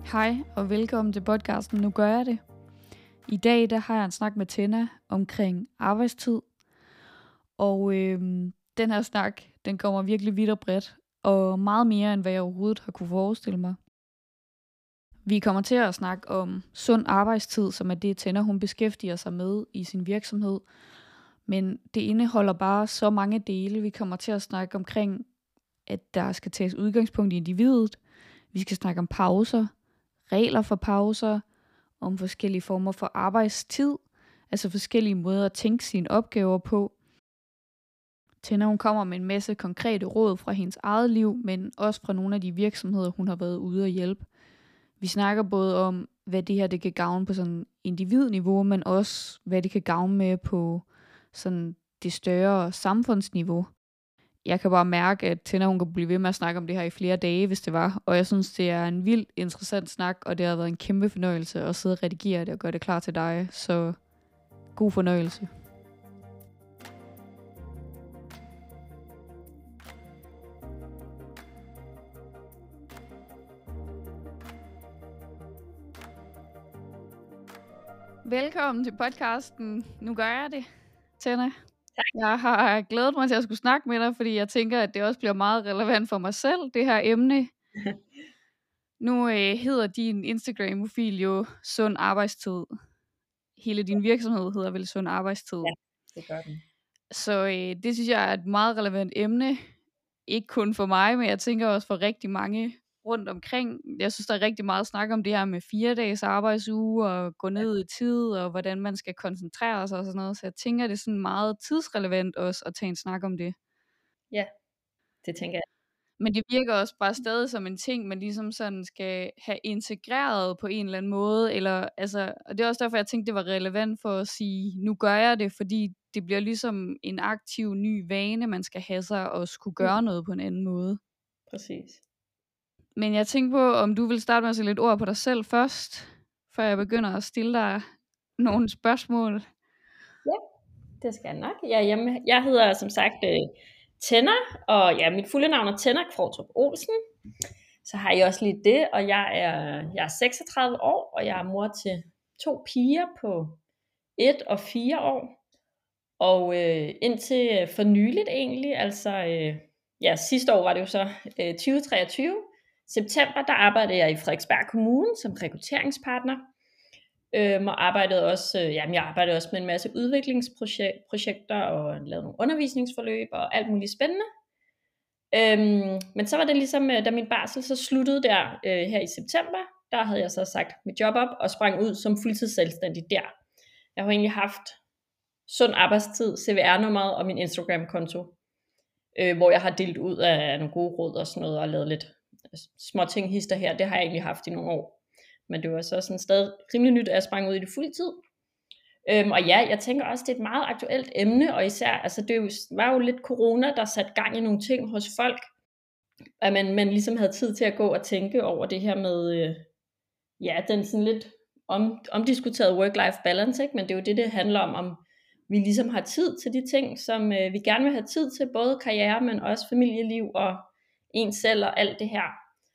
Hej og velkommen til podcasten Nu gør jeg det. I dag der har jeg en snak med Tenna omkring arbejdstid. Og den her snak, den kommer virkelig vidt og bredt. Og meget mere end hvad jeg overhovedet har kunne forestille mig. Vi kommer til at snakke om sund arbejdstid, som er det Tenna hun beskæftiger sig med i sin virksomhed. Men det indeholder bare så mange dele. Vi kommer til at snakke omkring, at der skal tages udgangspunkt i individet. Vi skal snakke om pauser, regler for pauser, om forskellige former for arbejdstid, altså forskellige måder at tænke sine opgaver på. Tenna hun kommer med en masse konkrete råd fra hendes eget liv, men også fra nogle af de virksomheder, hun har været ude at hjælpe. Vi snakker både om, hvad det her det kan gavne på sådan individniveau, men også hvad det kan gavne med på sådan det større samfundsniveau. Jeg kan bare mærke, at Tenna hun kan blive ved med at snakke om det her i flere dage, hvis det var. Og jeg synes, det er en vildt interessant snak, og det har været en kæmpe fornøjelse at sidde og redigere det og gøre det klar til dig. Så god fornøjelse. Velkommen til podcasten Nu gør jeg det, Tenna. Jeg har glædet mig til at skulle snakke med dig, fordi jeg tænker, at det også bliver meget relevant for mig selv, det her emne. Nu hedder din Instagram-profil jo Sund Arbejdstid. Hele din virksomhed hedder vel Sund Arbejdstid. Ja, det gør den. Så det synes jeg er et meget relevant emne. Ikke kun for mig, men jeg tænker også for rigtig mange rundt omkring. Jeg synes, der er rigtig meget snak om det her med 4 dages arbejdsuge og gå ned i tid, og hvordan man skal koncentrere sig og sådan noget. Så jeg tænker, det er sådan meget tidsrelevant også at tage en snak om det. Ja, det tænker jeg. Men det virker også bare stadig som en ting, man ligesom sådan skal have integreret på en eller anden måde. Eller, altså, og det er også derfor, jeg tænkte, det var relevant for at sige, nu gør jeg det, fordi det bliver ligesom en aktiv ny vane, man skal have sig og skulle gøre noget på en anden måde. Præcis. Men jeg tænker på, om du vil starte med at sætte lidt ord på dig selv først, før jeg begynder at stille dig nogle spørgsmål. Ja, det skal jeg nok. Jeg hedder som sagt Tenna, og ja, mit fulde navn er Tenna Kvartrup Olsen. Så har jeg også lige det, og jeg er 36 år, og jeg er mor til 2 piger på 1 og 4 år. Og indtil for nyligt egentlig, altså sidste år var det jo så 2023, september, der arbejdede jeg i Frederiksberg Kommune som rekrutteringspartner. Og arbejdede også, jeg arbejdede også med en masse udviklingsprojekter og lavede nogle undervisningsforløb og alt muligt spændende. Men så var det ligesom, da min barsel så sluttede der her i september, der havde jeg så sagt mit job op og sprang ud som fuldtidsselvstændig der. Jeg har egentlig haft sund arbejdstid, CVR-nummeret og min Instagram-konto, hvor jeg har delt ud af nogle gode råd og sådan noget, og lavet lidt små ting hister her. Det har jeg egentlig haft i nogle år. Men det var så sådan stadig rimelig nyt, at jeg sprang ud i det fuld tid. Og ja, jeg tænker også, det er et meget aktuelt emne, og især, altså var jo lidt corona, der satte gang i nogle ting hos folk, at man ligesom havde tid til at gå og tænke over det her med, den sådan lidt omdiskuterede work-life balance, ikke? Men det er jo det handler om vi ligesom har tid til de ting, som vi gerne vil have tid til, både karriere, men også familieliv og ens selv og alt det her.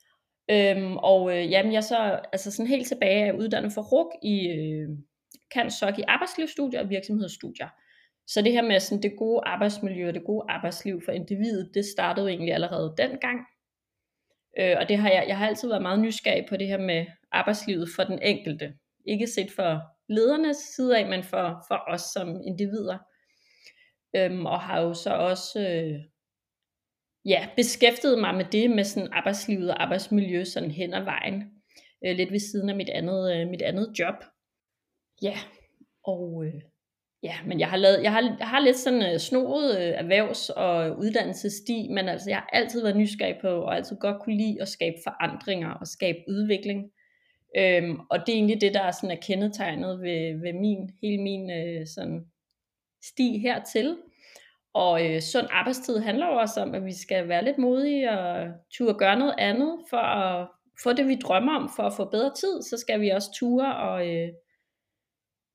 Jeg så altså sådan helt tilbage er uddannet for RUC i CAN/SOC i arbejdslivsstudier og virksomhedsstudier. Så det her med sådan det gode arbejdsmiljø og det gode arbejdsliv for individet, det startede egentlig allerede dengang. Og det har jeg har altid været meget nysgerrig på det her med arbejdslivet for den enkelte. Ikke set for ledernes side af, men for os som individer. Og har jo så også beskæftiget mig med det, med sådan arbejdslivet og arbejdsmiljø sådan hen ad vejen. Lidt ved siden af mit andet job. Ja, og men jeg har lidt sådan snoet erhvervs- og uddannelsessti, men altså jeg har altid været nysgerrig på, og altid godt kunne lide at skabe forandringer og skabe udvikling. Og det er egentlig det, der er sådan er kendetegnet ved hele min sådan sti hertil. Og sund arbejdstid handler jo også om, at vi skal være lidt modige og turde gøre noget andet for at få det, vi drømmer om, for at få bedre tid. Så skal vi også ture og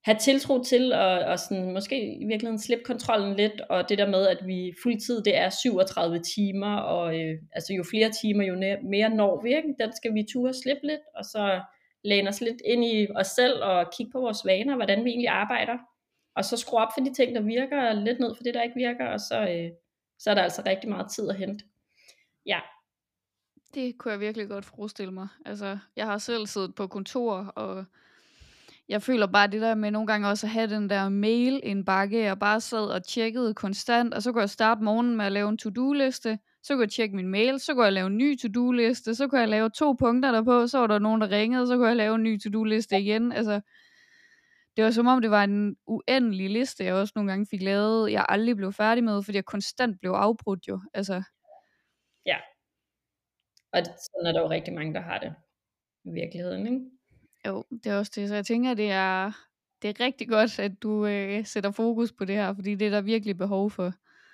have tiltro til, og sådan, måske i virkeligheden slippe kontrollen lidt, og det der med, at vi fuldtid, det er 37 timer, og altså jo flere timer, jo mere når vi, ikke? Den skal vi ture slippe lidt, og så læne os lidt ind i os selv, og kigge på vores vaner, hvordan vi egentlig arbejder, og så skrue op for de ting, der virker, og lidt ned for det, der ikke virker, og så er der altså rigtig meget tid at hente. Ja. Det kunne jeg virkelig godt forestille mig. Altså, jeg har selv siddet på kontor, og jeg føler bare det der med nogle gange også at have den der mail-indbakke, jeg bare sad og tjekkede konstant, og så kunne jeg starte morgenen med at lave en to-do-liste, så kunne jeg tjekke min mail, så kunne jeg lave en ny to-do-liste, så kunne jeg lave 2 punkter derpå, så var der nogen, der ringede, så kunne jeg lave en ny to-do-liste igen. Altså, det var som om, det var en uendelig liste, jeg også nogle gange fik lavet, jeg aldrig blev færdig med, fordi jeg konstant blev afbrudt jo. Altså. Ja. Og sådan er der jo rigtig mange, der har det i virkeligheden, ikke? Jo, det er også det. Så jeg tænker, det er rigtig godt, at du sætter fokus på det her, fordi det er der virkelig behov for.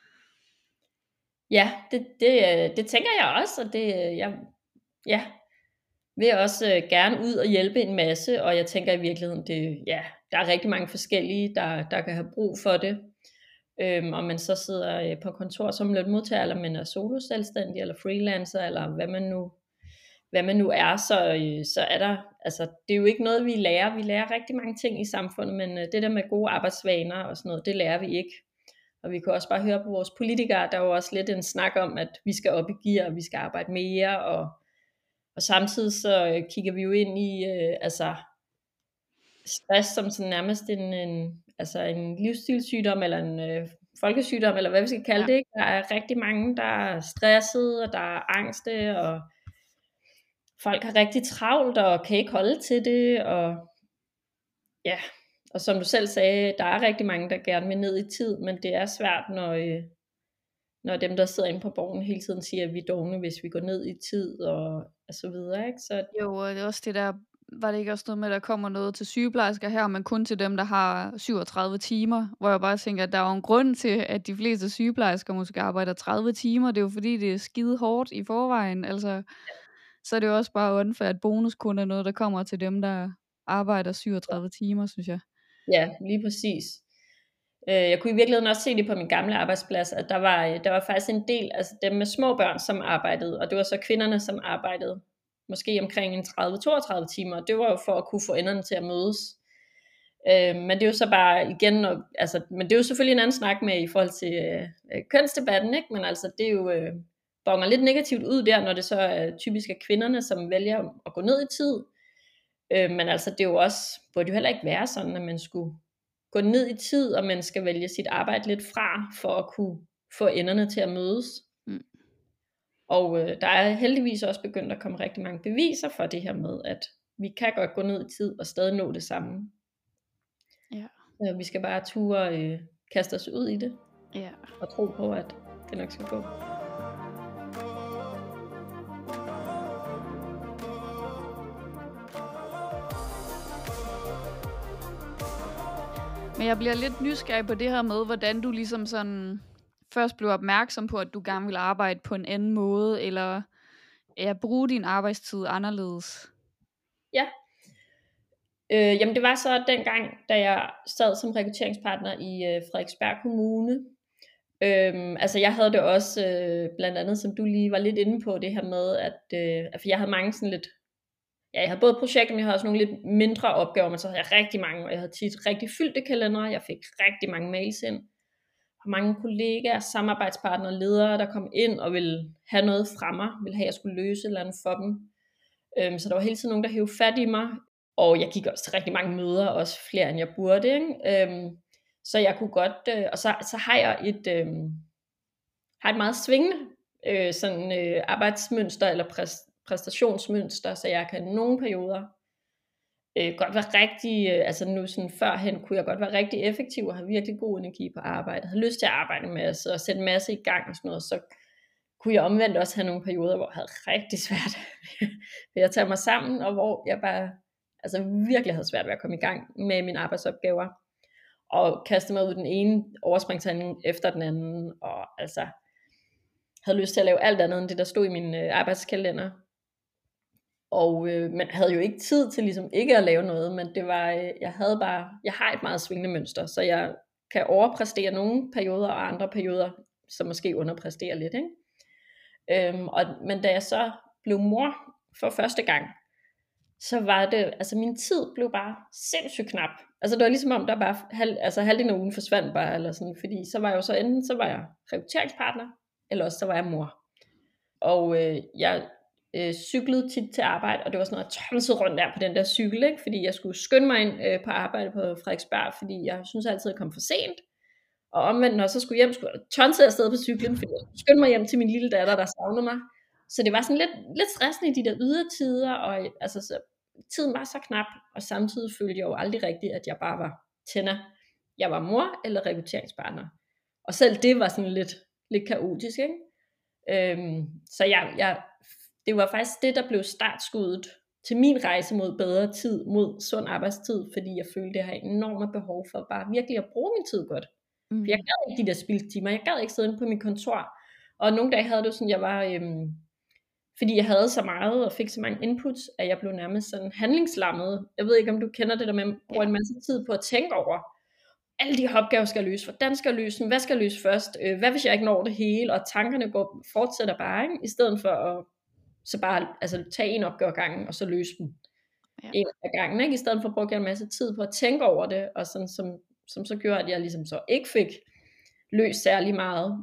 Ja, det tænker jeg også, og jeg vil også gerne ud og hjælpe en masse, og jeg tænker i virkeligheden, der er rigtig mange forskellige, der kan have brug for det. Om man så sidder på kontor som lønmodtager, eller man er solo-selvstændig, eller freelancer, eller hvad man nu er, så er der, altså det er jo ikke noget, vi lærer rigtig mange ting i samfundet, men det der med gode arbejdsvaner og sådan noget, det lærer vi ikke. Og vi kan også bare høre på vores politikere, der er jo også lidt en snak om, at vi skal op i gear, og vi skal arbejde mere, og samtidig så kigger vi jo ind i altså stress som sådan nærmest en livsstilssygdom, eller en folkesygdom, eller hvad vi skal kalde det, ikke? Der er rigtig mange, der er stresset, og der er angste, og folk har rigtig travlt, og kan ikke holde til det, og ja, og som du selv sagde, der er rigtig mange, der gerne vil ned i tid, men det er svært, når dem, der sidder inde på borgen hele tiden siger, at vi er dogne, hvis vi går ned i tid, og så videre, ikke? Så jo, og det er også det der, var det ikke også noget med, at der kommer noget til sygeplejersker her, men kun til dem, der har 37 timer, hvor jeg bare tænker, at der er jo en grund til, at de fleste sygeplejersker måske arbejder 30 timer, det er jo fordi, det er skide hårdt i forvejen, altså, så er det jo også bare unfair, at bonus kun er noget, der kommer til dem, der arbejder 37 timer, synes jeg. Ja, lige præcis. Jeg kunne i virkeligheden også se det på min gamle arbejdsplads, at der var faktisk en del, altså dem med små børn, som arbejdede, og det var så kvinderne, som arbejdede måske omkring en 30-32 timer, og det var jo for at kunne få enderne til at mødes. Men det er jo så bare igen, men det er jo selvfølgelig en anden snak med i forhold til kønsdebatten, ikke? Men altså det er jo bonger lidt negativt ud der, når det så er typisk af kvinderne, som vælger at gå ned i tid. Men altså det er jo også, burde jo heller ikke være sådan, at man skulle gå ned i tid, og man skal vælge sit arbejde lidt fra, for at kunne få enderne til at mødes. Og der er heldigvis også begyndt at komme rigtig mange beviser for det her med, at vi kan godt gå ned i tid, og stadig nå det samme. Ja. Så vi skal bare ture kaste os ud i det, Ja. og tro på, at det nok skal gå. Men jeg bliver lidt nysgerrig på det her med, hvordan du ligesom sådan først blev opmærksom på, at du gerne ville arbejde på en anden måde, eller bruge din arbejdstid anderledes. Ja. Jamen det var så dengang, da jeg sad som rekrutteringspartner i Frederiksberg Kommune. Altså jeg havde det også blandt andet, som du lige var lidt inde på, det her med, at jeg havde mange sådan lidt, jeg havde både projekter, men jeg havde også nogle lidt mindre opgaver, men så havde jeg rigtig mange, og jeg havde tit rigtig fyldte kalendere, jeg fik rigtig mange mails ind, og mange kollegaer, samarbejdspartnere, ledere, der kom ind og ville have noget fra mig, ville have, at jeg skulle løse et eller andet for dem. Så der var hele tiden nogen, der hævde fat i mig, og jeg gik også til rigtig mange møder, også flere end jeg burde, ikke? Så jeg kunne godt, og så har jeg et meget svingende arbejdsmønster, eller præstationsmønster, så jeg kan i nogle perioder godt være rigtig, altså nu sådan førhen kunne jeg godt være rigtig effektiv, og have virkelig god energi på arbejde, havde lyst til at arbejde med masse, og sætte en masse i gang og sådan noget, så kunne jeg omvendt også have nogle perioder, hvor jeg havde rigtig svært ved at tage mig sammen, og hvor jeg bare virkelig havde svært ved at komme i gang med mine arbejdsopgaver, og kaste mig ud den ene overspringshandling efter den anden, og altså havde lyst til at lave alt andet end det, der stod i min arbejdskalender. Og man havde jo ikke tid til ligesom ikke at lave noget, men det var, jeg har et meget svingende mønster, så jeg kan overpræstere nogle perioder, og andre perioder, som måske underpræsterer lidt, ikke? Men da jeg så blev mor for første gang, så var det, altså min tid blev bare sindssygt knap. Altså det var ligesom om, der bare halvdelen af ugen forsvandt bare, eller sådan, fordi så var jeg jo så enten, så var jeg rekrutteringspartner, eller også så var jeg mor. Og jeg cyklede tit til arbejde, og det var sådan noget tonset rundt der på den der cykel, ikke? Fordi jeg skulle skynde mig ind på arbejde på Frederiksberg, fordi jeg synes altid, at jeg kom for sent. Og omvendt, når jeg så skulle hjem, skulle jeg tonset afsted på cyklen, fordi jeg skyndte mig hjem til min lille datter, der savnede mig. Så det var sådan lidt stressende i de der ydertider, og altså, så tiden var så knap, og samtidig følte jeg jo aldrig rigtigt, at jeg bare var tænder. Jeg var mor eller rekrutteringspartner. Og selv det var sådan lidt kaotisk, ikke? Så det var faktisk det, der blev startskuddet til min rejse mod bedre tid, mod sund arbejdstid, fordi jeg følte, at jeg har enormt behov for bare virkelig at bruge min tid godt. For jeg gad ikke de der spildtimer, jeg gad ikke sidde inde på mit kontor, og nogle dage havde det sådan, jeg var, fordi jeg havde så meget og fik så mange inputs, at jeg blev nærmest sådan handlingslammet. Jeg ved ikke, om du kender det der med, at man bruger en masse tid på at tænke over, alle de her opgaver skal løse, hvordan skal jeg løse dem, hvad skal jeg løse først, hvad hvis jeg ikke når det hele, og tankerne fortsætter bare, ikke? I stedet for at så bare tage en opgave ad gangen, og så løse dem en af gangen, ikke? I stedet for at bruge en masse tid på at tænke over det, og sådan, som så gjorde, at jeg ligesom så ikke fik løst særlig meget.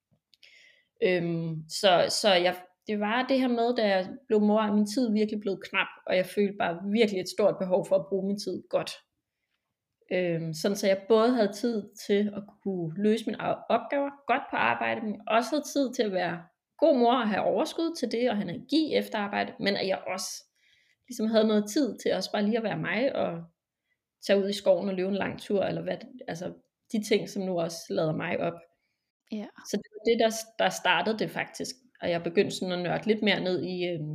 Det var det her med, da jeg blev mor, at min tid virkelig blev knap, og jeg følte bare virkelig et stort behov for at bruge min tid godt. Sådan så jeg både havde tid til at kunne løse mine opgaver godt på arbejde, men også havde tid til at være god mor og have overskud til det, og have energi efter arbejde, men at jeg også ligesom havde noget tid til også bare lige at være mig, og tage ud i skoven og løbe en lang tur, eller hvad, altså de ting, som nu også lader mig op. Ja. Så det var det, der startede det faktisk, og jeg begyndte sådan at nørde lidt mere ned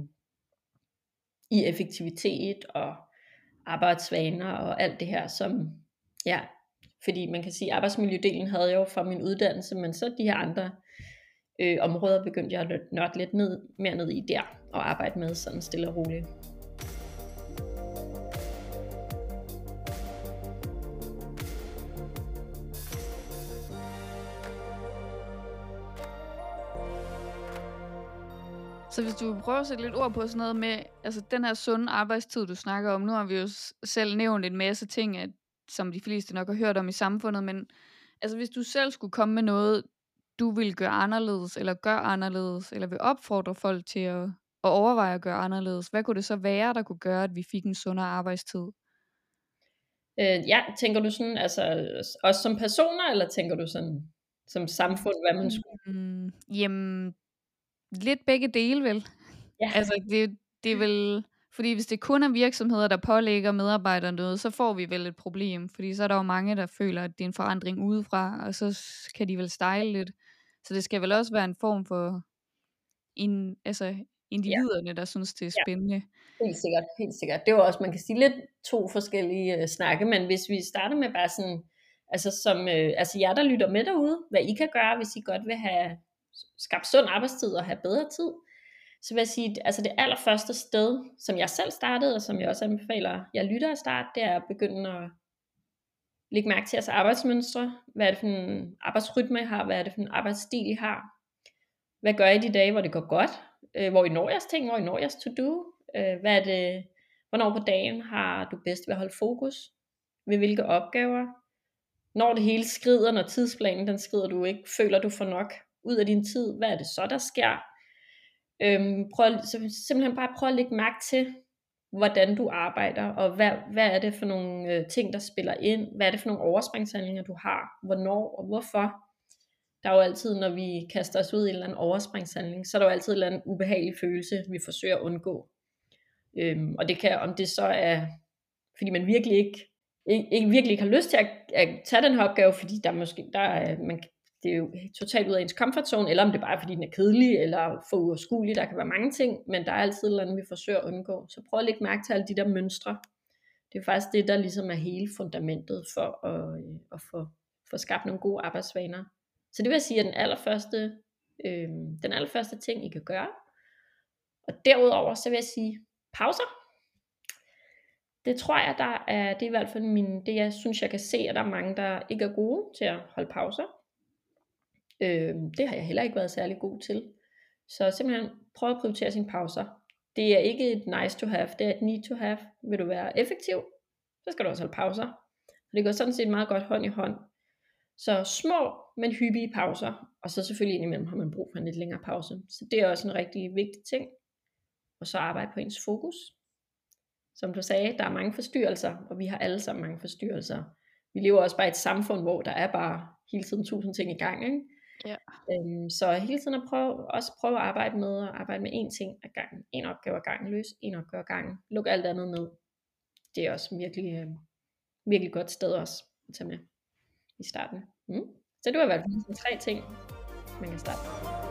i effektivitet og arbejdsvaner og alt det her, som, ja, fordi man kan sige, arbejdsmiljødelen havde jeg jo fra min uddannelse, men så de her andre områder begyndte jeg at nørde lidt mere ned i der, og arbejde med sådan stille og roligt. Så hvis du prøver at sætte lidt ord på sådan noget med, altså den her sunde arbejdstid, du snakker om, nu har vi jo selv nævnt en masse ting, som de fleste nok har hørt om i samfundet, men altså hvis du selv skulle komme med noget, du vil gøre anderledes, eller gøre anderledes, eller vil opfordre folk til at overveje at gøre anderledes, hvad kunne det så være, der kunne gøre, at vi fik en sundere arbejdstid? Ja, tænker du sådan, altså også som personer, eller tænker du sådan som samfund, hvad man skulle? Jamen, lidt begge dele vel. Ja. Altså det er vel, fordi hvis det kun er virksomheder, der pålægger medarbejdere noget, så får vi vel et problem, fordi så er der jo mange, der føler, at det er en forandring udefra, og så kan de vel style lidt. Så det skal vel også være en form for individerne, der synes, det er spændende. Ja, helt sikkert. Det var også, man kan sige, lidt to forskellige snakke, men hvis vi starter med bare sådan, altså jer, der lytter med derude, hvad I kan gøre, hvis I godt vil have skabt sund arbejdstid og have bedre tid, så vil jeg sige, altså det allerførste sted, som jeg selv startede, og som jeg også anbefaler jer lytter at starte, det er at begynde at lægge mærke til jeres arbejdsmønstre. Hvad er det for en arbejdsrytme I har? Hvad er det for en arbejdsstil I har? Hvad gør I de dage, hvor det går godt? Hvor I når jeres ting? Hvor I når jeres to-do? Hvad er det? Hvornår på dagen har du bedst ved at holde fokus? Ved hvilke opgaver? Når det hele skrider, når tidsplanen den skrider, du ikke føler du får nok ud af din tid, hvad er det så der sker? Simpelthen bare prøv at lægge mærke til, hvordan du arbejder, og hvad er det for nogle ting, der spiller ind? Hvad er det for nogle overspringshandlinger, du har? Hvornår og hvorfor? Der er jo altid, når vi kaster os ud i en eller anden overspringshandling, så er der jo altid en eller anden ubehagelig følelse, vi forsøger at undgå. Og det kan, om det så er, fordi man virkelig ikke har lyst til at tage den her opgave, fordi det er jo totalt ud af ens comfort zone, eller om det bare er, fordi den er kedelig, eller for uoverskuelig, der kan være mange ting, men der er altid et eller andet, vi forsøger at undgå. Så prøv at lægge mærke til alle de der mønstre. Det er faktisk det, der ligesom er hele fundamentet for at få skabt nogle gode arbejdsvaner. Så det vil jeg sige, at den allerførste ting, I kan gøre. Og derudover, så vil jeg sige, Pauser. Det tror jeg, det er i hvert fald det jeg synes, jeg kan se, at der er mange, der ikke er gode til at holde pauser. Det har jeg heller ikke været særlig god til. Så simpelthen prøv at prioritere sine pauser. Det er ikke et nice to have, det er et need to have. Vil du være effektiv, så skal du også holde pauser. Og det går sådan set meget godt hånd i hånd. Så små, men hyppige pauser. Og så selvfølgelig indimellem har man brug for en lidt længere pause. Så det er også en rigtig vigtig ting. Og så arbejde på ens fokus. Som du sagde, der er mange forstyrrelser, og vi har alle sammen mange forstyrrelser. Vi lever også bare i et samfund, hvor der er bare hele tiden 1000 ting i gang, ikke? Ja. Så hele tiden at prøve at arbejde med én ting ad gangen, en opgave ad gangen, løs en opgave ad gangen, luk alt andet ned. Det er også virkelig godt sted også at tage med i starten. Så det var i hvert fald 3 ting, man kan starte.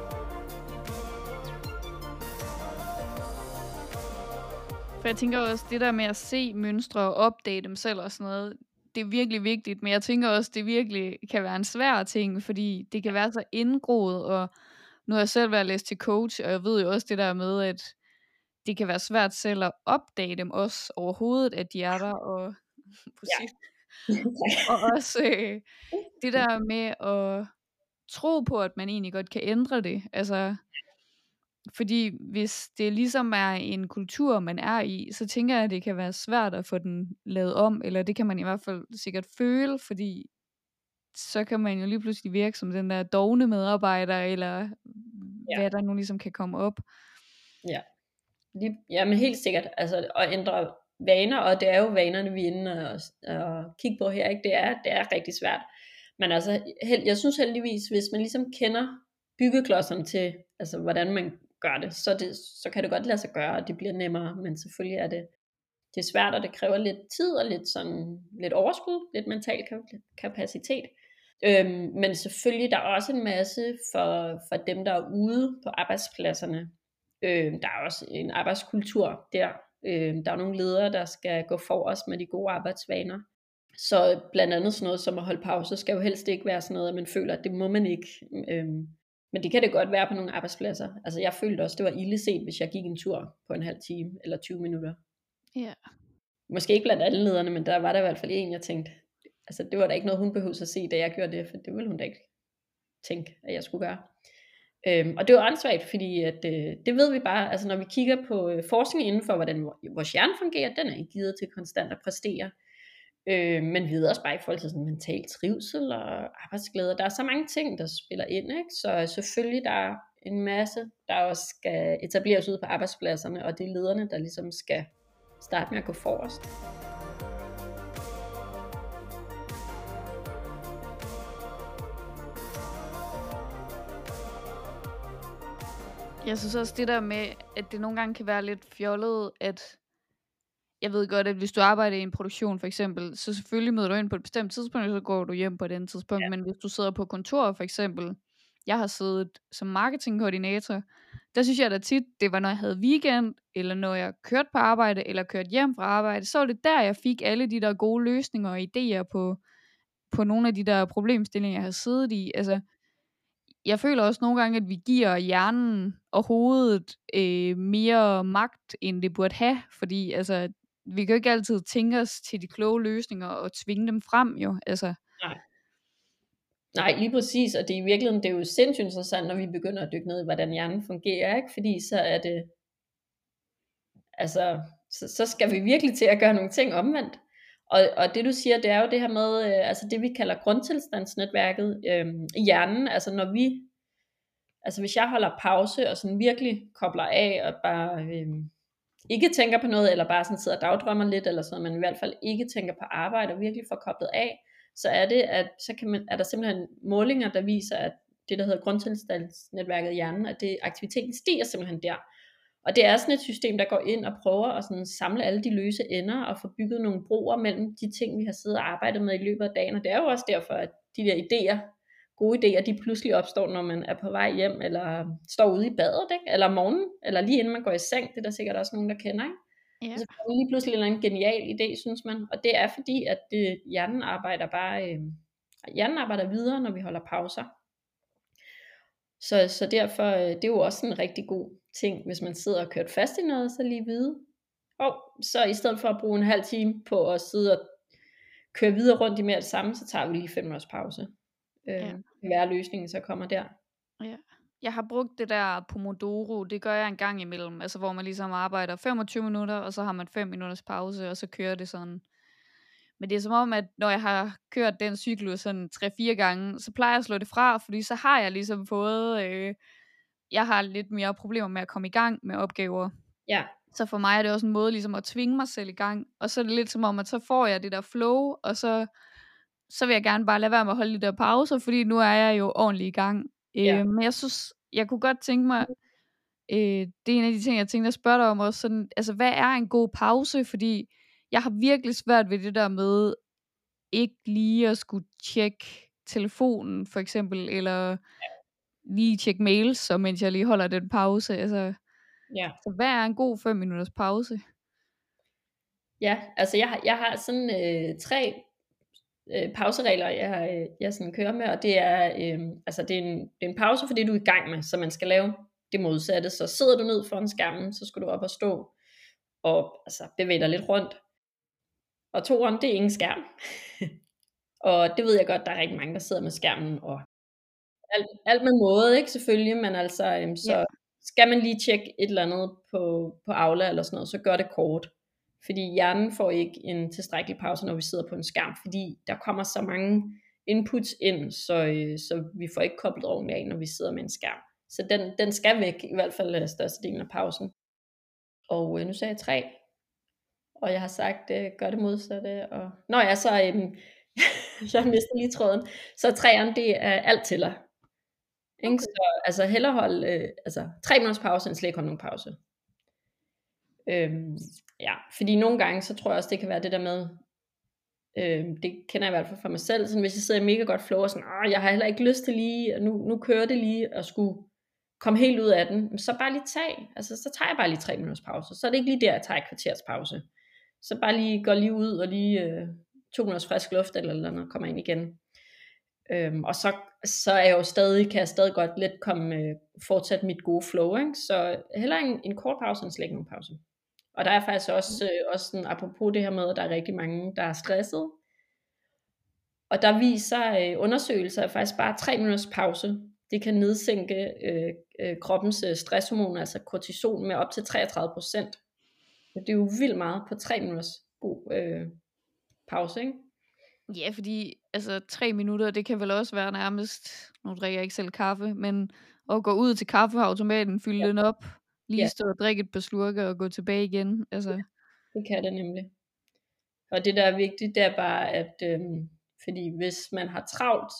For jeg tænker også, det der med at se mønstre og opdage dem selv og sådan noget, det er virkelig vigtigt, men jeg tænker også, det virkelig kan være en svær ting, fordi det kan være så indgroet, og nu har jeg selv været læst til coach, og jeg ved jo også det der med, at det kan være svært selv at opdage dem også overhovedet, at de er der, og og også det der med at tro på, at man egentlig godt kan ændre det, altså fordi hvis det ligesom er en kultur, man er i, så tænker jeg, at det kan være svært at få den lavet om, eller det kan man i hvert fald sikkert føle, fordi så kan man jo lige pludselig virke som den der dovne medarbejder, eller hvad der nu ligesom kan komme op. Ja, men helt sikkert, altså at ændre vaner, og det er jo vanerne, vi er inde og kigge på her, ikke? Det er rigtig svært. Men altså, jeg synes heldigvis, hvis man ligesom kender byggeklodserne til, altså hvordan man gør det, så kan det godt lade sig gøre, og det bliver nemmere, men selvfølgelig er det er svært, og det kræver lidt tid, og lidt overskud, lidt mental kapacitet. Men selvfølgelig, der er også en masse for dem, der er ude på arbejdspladserne. Der er også en arbejdskultur der. Der er nogle ledere, der skal gå forrest med de gode arbejdsvaner. Så blandt andet sådan noget som at holde pause, skal jo helst ikke være sådan noget, at man føler, at det må man ikke. Men det kan det godt være på nogle arbejdspladser. Altså jeg følte også, det var ildeset, hvis jeg gik en tur på en halv time eller 20 minutter. Ja. Måske ikke blandt alle lederne, men der var der i hvert fald en, jeg tænkte, altså det var da ikke noget, hun behøvede at se, da jeg gjorde det, for det ville hun da ikke tænke, at jeg skulle gøre. Og det var åndssvagt, fordi at, det ved vi bare, altså når vi kigger på forskning inden for, hvordan vores hjerne fungerer, den er ikke givet til konstant at præstere. Men vi ved også bare i forhold til sådan mental trivsel og arbejdsglæde, der er så mange ting, der spiller ind, ikke? Så selvfølgelig der er en masse, der også skal etableres ud på arbejdspladserne, og det er lederne, der ligesom skal starte med at gå forrest. Jeg synes også det der med, at det nogle gange kan være lidt fjollet, at jeg ved godt, at hvis du arbejder i en produktion for eksempel, så selvfølgelig møder du ind på et bestemt tidspunkt, og så går du hjem på et andet tidspunkt. Ja. Men hvis du sidder på kontor for eksempel, jeg har siddet som marketingkoordinator, der synes jeg da tit, det var når jeg havde weekend, eller når jeg kørte på arbejde, eller kørte hjem fra arbejde, så var det der, jeg fik alle de der gode løsninger og idéer på nogle af de der problemstillinger, jeg har siddet i. Altså, jeg føler også nogle gange, at vi giver hjernen og hovedet mere magt, end det burde have, fordi altså, vi kan jo ikke altid tænke os til de kloge løsninger og tvinge dem frem jo. Altså. Nej, lige præcis, og det er i virkeligheden, det er jo sindssygt interessant, når vi begynder at dykke ned i, hvordan hjernen fungerer, ikke? Fordi så er det, altså, så skal vi virkelig til at gøre nogle ting omvendt. Og det du siger, det er jo det her med, altså det vi kalder grundtilstandsnetværket i hjernen, altså når vi, altså hvis jeg holder pause og sådan virkelig kobler af og bare ikke tænker på noget, eller bare sådan sidder og dagdrømmer lidt, eller sådan, men i hvert fald ikke tænker på arbejde og virkelig får koblet af, så er det, at er der simpelthen målinger, der viser, at det der hedder grundtilstandsnetværket i hjernen, at aktiviteten stiger simpelthen der. Og det er sådan et system, der går ind og prøver at sådan samle alle de løse ender og få bygget nogle broer mellem de ting, vi har siddet og arbejdet med i løbet af dagen. Og det er jo også derfor, at de der idéer, gode idéer, de pludselig opstår, når man er på vej hjem, eller står ude i badet, ikke? Eller om morgenen, eller lige inden man går i seng. Det er der sikkert også nogen, der kender, ikke? Ja. Så får man lige pludselig en genial idé, synes man. Og det er fordi, at hjernen arbejder videre, når vi holder pauser. Så derfor, det er jo også en rigtig god ting, hvis man sidder og kørt fast i noget, så lige vide, så i stedet for at bruge en halv time på at sidde og køre videre rundt i mere det samme, så tager vi lige 5 minutters pause. Ja. Hver løsning så kommer der. Ja. Jeg har brugt det der Pomodoro, det gør jeg en gang imellem, altså hvor man ligesom arbejder 25 minutter, og så har man 5 minutters pause, og så kører det sådan. Men det er som om, at når jeg har kørt den cyklus sådan 3-4 gange, så plejer jeg at slå det fra, fordi så har jeg ligesom fået, jeg har lidt mere problemer med at komme i gang med opgaver. Ja. Så for mig er det også en måde ligesom at tvinge mig selv i gang, og så er det lidt som om, at så får jeg det der flow, og så vil jeg gerne bare lade være med at holde de der pauser, fordi nu er jeg jo ordentligt i gang. Ja. Men jeg synes, jeg kunne godt tænke mig, det er en af de ting, jeg tænkte at spørge dig om også, sådan, altså hvad er en god pause, fordi jeg har virkelig svært ved det der med, ikke lige at skulle tjekke telefonen for eksempel, eller lige tjekke mails, så mens jeg lige holder den pause, altså, så hvad er en god 5 minutters pause? Ja, altså jeg har sådan 3 pauseregler, jeg sådan kører med, og det er, altså det er en pause for det, du er i gang med, så man skal lave det modsatte. Så sidder du ned foran skærmen, så skal du op og stå og altså, bevæge dig lidt rundt. Og 2'eren, det er ingen skærm. Og det ved jeg godt, der er rigtig mange, der sidder med skærmen, og alt med måde, ikke selvfølgelig, men altså, så skal man lige tjekke et eller andet på Aula eller sådan noget, så gør det kort. Fordi hjernen får ikke en tilstrækkelig pause, når vi sidder på en skærm, fordi der kommer så mange inputs ind, så vi får ikke koblet ordentligt af, når vi sidder med en skærm. Så den skal væk, i hvert fald størstedelen af pausen. Og nu sagde jeg 3, og jeg har sagt, gør det modsatte. Og jeg mister lige tråden. Så 3'eren, det er alt tæller. Okay. Så altså hellere holde 3 minutters pause, end slet ikke holde nogen pause. Ja, fordi nogle gange, så tror jeg også, det kan være det der med, det kender jeg i hvert fald fra mig selv, sådan, hvis jeg sidder i mega godt flow, og sådan, jeg har heller ikke lyst til lige, og nu kører det lige, og skulle komme helt ud af den, så bare lige så tager jeg bare lige 3 minutters pause, så er det ikke lige der, jeg tager et kvarters pause, så bare lige går lige ud, og lige 2 minutters frisk luft, eller andet, og kommer ind igen. Og så er jeg jo stadig, kan jeg stadig godt let fortsætte mit gode flow, ikke? Så heller en kort pause, end slet ikke nogen pause. Og der er faktisk også sådan, apropos det her med, at der er rigtig mange, der er stresset. Og der viser undersøgelser, at faktisk bare 3 minutters pause, det kan nedsænke kroppens stresshormon, altså kortison, med op til 33%. Det er jo vildt meget på 3 minutters god pause, ikke? Ja, fordi altså 3 minutter, det kan vel også være nærmest, nu drikker jeg ikke selv kaffe, men at gå ud til kaffeautomaten, fylde den op, lige stå og drikke et par slurke og gå tilbage igen. Altså. Ja, det kan det nemlig. Og det der er vigtigt, det er bare, at fordi hvis man har travlt,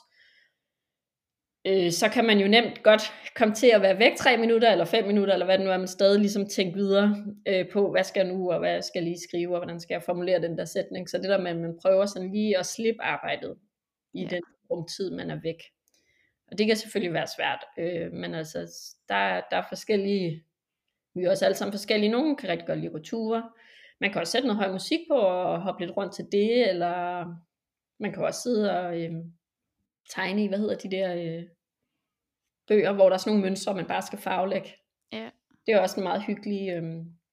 så kan man jo nemt godt komme til at være væk 3 minutter, eller 5 minutter, eller hvad det nu er, man stadig ligesom tænker videre på, hvad skal jeg nu, og hvad skal jeg lige skrive, og hvordan skal jeg formulere den der sætning. Så det der med, at man prøver sådan lige at slippe arbejdet i den rumtid, man er væk. Og det kan selvfølgelig være svært, men altså, der er forskellige, vi er også alle sammen forskellige. Nogen kan rigtig godt lide at gå ture. Man kan også sætte noget høj musik på, og hoppe lidt rundt til det, eller man kan også sidde og tegne i, hvad hedder de der bøger, hvor der er sådan nogle mønstre, man bare skal farvelægge. Ja. Det er også en meget hyggelig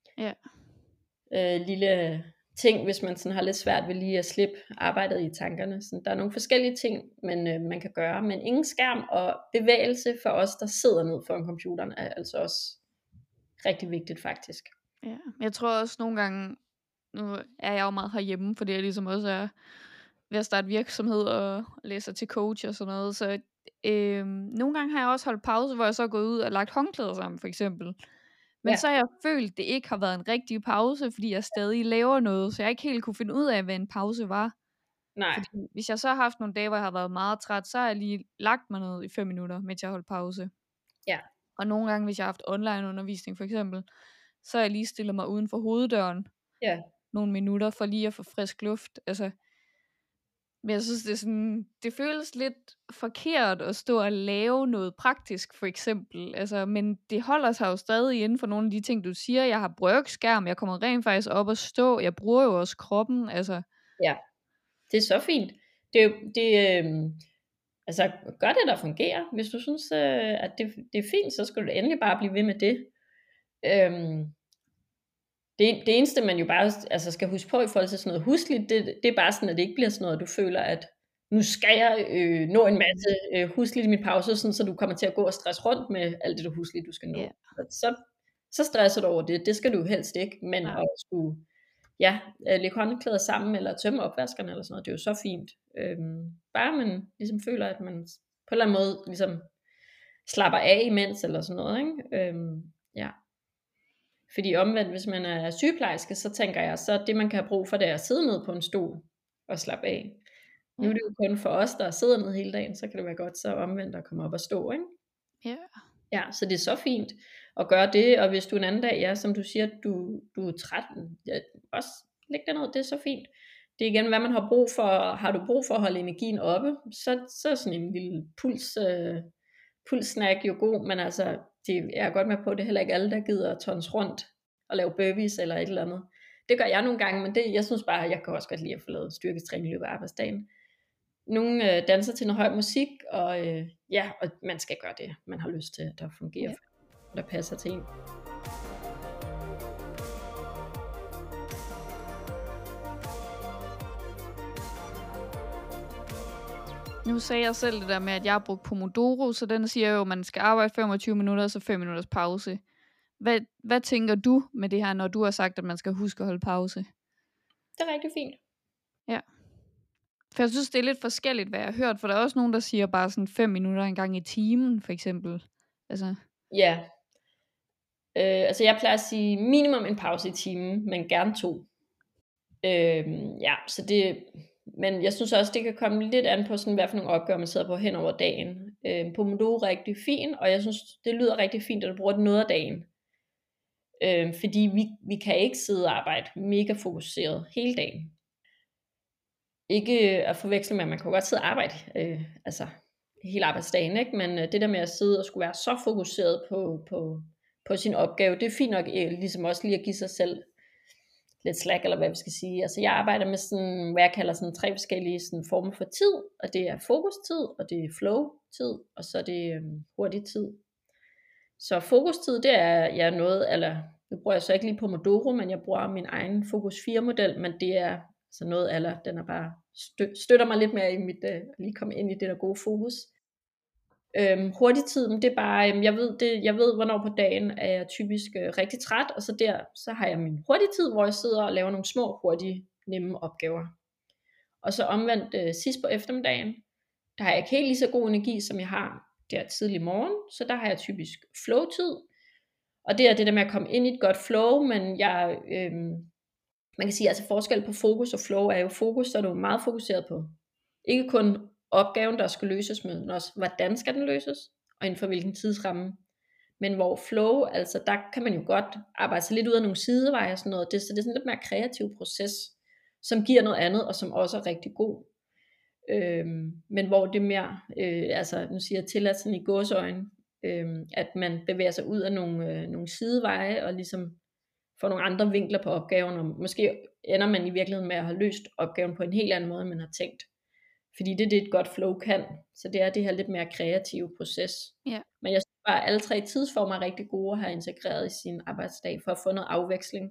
lille ting, hvis man sådan har lidt svært ved lige at slippe arbejdet i tankerne. Så der er nogle forskellige ting, man kan gøre, men ingen skærm og bevægelse for os, der sidder ned foran computeren, er altså også rigtig vigtigt faktisk. Ja, jeg tror også nogle gange, nu er jeg jo meget herhjemme, fordi jeg ligesom også er ved at starte virksomhed og læser til coach og sådan noget, så nogle gange har jeg også holdt pause, hvor jeg så er gået ud og lagt håndklæder sammen for eksempel. Men så har jeg følt, at det ikke har været en rigtig pause, fordi jeg stadig laver noget, så jeg ikke helt kunne finde ud af, hvad en pause var. Nej. Fordi hvis jeg så har haft nogle dage, hvor jeg har været meget træt, så har jeg lige lagt mig ned i 5 minutter, mens jeg holdt pause. Ja. Og nogle gange, hvis jeg har haft online undervisning for eksempel, så har jeg lige stillet mig uden for hoveddøren nogle minutter, for lige at få frisk luft. Altså, men jeg synes, det føles lidt forkert at stå og lave noget praktisk, for eksempel. Altså, men det holder sig jo stadig inden for nogle af de ting, du siger. Jeg har brygskærm, jeg kommer rent faktisk op og stå, jeg bruger jo også kroppen. Altså. Ja, det er så fint. Altså, gør det, der fungerer. Hvis du synes, at det er fint, så skal du endelig bare blive ved med det. Det eneste, man jo bare altså skal huske på i forhold til sådan noget husligt, det er bare sådan, at det ikke bliver sådan noget, du føler, at nu skal jeg nå en masse husligt i min pause, sådan, så du kommer til at gå og stresse rundt med alt det der husligt, du skal nå. Ja. Så stresser du over det. Det skal du helst ikke, men Nej. at skulle lægge håndklæder sammen, eller tømme opvaskerne, eller sådan noget, det er jo så fint. Bare man ligesom føler, at man på en eller anden måde ligesom slapper af imens, eller sådan noget, ikke? Ja. Fordi omvendt, hvis man er sygeplejerske, så tænker jeg, så det man kan have brug for, det er at sidde ned på en stol og slappe af. Nu er det jo kun for os, der sidder ned hele dagen, så kan det være godt så omvendt at komme op og stå, ikke? Ja. Ja, så det er så fint at gøre det, og hvis du en anden dag, ja, som du siger, du er træt, ja, også læg dig ned, det er så fint. Det er igen, hvad man har brug for. Har du brug for at holde energien oppe, så er sådan en lille pulssnack jo god, men altså, jeg er godt med på, det er heller ikke alle, der gider at tons rundt og lave burpees eller et eller andet. Det gør jeg nogle gange, men jeg synes bare, jeg kan også godt lide at få lavet styrketræning i løbet af arbejdsdagen. Nogle danser til noget høj musik, og og man skal gøre det, man har lyst til, der fungerer, der passer til en. Nu sagde jeg selv det der med, at jeg har brugt Pomodoro, så den siger jo, at man skal arbejde 25 minutter, og så 5 minutters pause. Hvad tænker du med det her, når du har sagt, at man skal huske at holde pause? Det er rigtig fint. Ja. For jeg synes, det er lidt forskelligt, hvad jeg har hørt, for der er også nogen, der siger bare sådan 5 minutter en gang i timen, for eksempel. Altså. Ja. Altså jeg plejer at sige minimum en pause i timen, men gerne 2. Så det, men jeg synes også, det kan komme lidt an på sådan, hvad for nogle opgaver man sidder på hen over dagen. Pomodoro er rigtig fint, og jeg synes, det lyder rigtig fint, at du bruger det noget af dagen. Fordi vi kan ikke sidde og arbejde mega fokuseret hele dagen. Ikke at forveksle med, at man kan godt sidde og arbejde hele arbejdsdagen, ikke? Men det der med at sidde og skulle være så fokuseret på sin opgave, det er fint nok ligesom også lige at give sig selv lidt slack, eller hvad vi skal sige. Altså jeg arbejder med sådan, hvad jeg kalder sådan 3 forskellige sådan former for tid, og det er fokustid, og det er flow-tid, og så er det hurtig tid. Så fokustid, det er noget, eller nu bruger jeg så ikke lige Pomodoro, men jeg bruger min egen Focus 4-model, men det er så noget, eller den er bare støtter mig lidt mere i mit, lige komme ind i det der gode fokus. Hurtigtiden, det er bare, jeg ved, hvornår på dagen er jeg typisk rigtig træt, og så har jeg min hurtigtid, hvor jeg sidder og laver nogle små, hurtige, nemme opgaver. Og så omvendt sidst på eftermiddagen, der har jeg ikke helt lige så god energi, som jeg har der tidlig morgen, så der har jeg typisk flow-tid, og det er det der med at komme ind i et godt flow, men man kan sige, altså forskel på fokus og flow er jo fokus, så er du meget fokuseret på, ikke kun opgaven, der skal løses med, men også hvordan skal den løses, og inden for hvilken tidsramme. Men hvor flow, altså der kan man jo godt arbejde sig lidt ud af nogle sideveje og sådan noget, så det er sådan lidt mere kreativ proces, som giver noget andet, og som også er rigtig god. Men hvor det mere, nu siger jeg tilladt sådan i gåseøjne, at man bevæger sig ud af nogle sideveje, og ligesom får nogle andre vinkler på opgaven, og måske ender man i virkeligheden med at have løst opgaven på en helt anden måde, end man har tænkt. Fordi det er det, et godt flow kan. Så det er det her lidt mere kreative proces. Ja. Men jeg synes bare, at alle 3 tidsformer er rigtig gode at have integreret i sin arbejdsdag, for at få noget afveksling.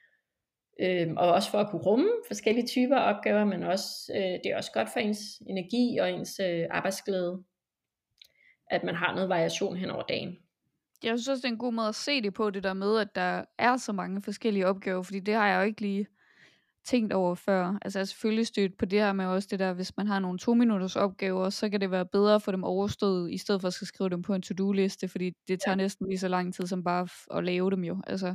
Og også for at kunne rumme forskellige typer af opgaver, men også, det er også godt for ens energi og ens arbejdsglæde, at man har noget variation hen over dagen. Jeg synes også, det er en god måde at se det på, det der med, at der er så mange forskellige opgaver, fordi det har jeg jo ikke lige tænkt over før. Altså jeg er selvfølgelig stødt på det her med også det der, hvis man har nogle 2-minutters opgaver, så kan det være bedre at få dem overstået, i stedet for at skal skrive dem på en to-do-liste, fordi det tager næsten lige så lang tid, som bare at lave dem jo. Altså.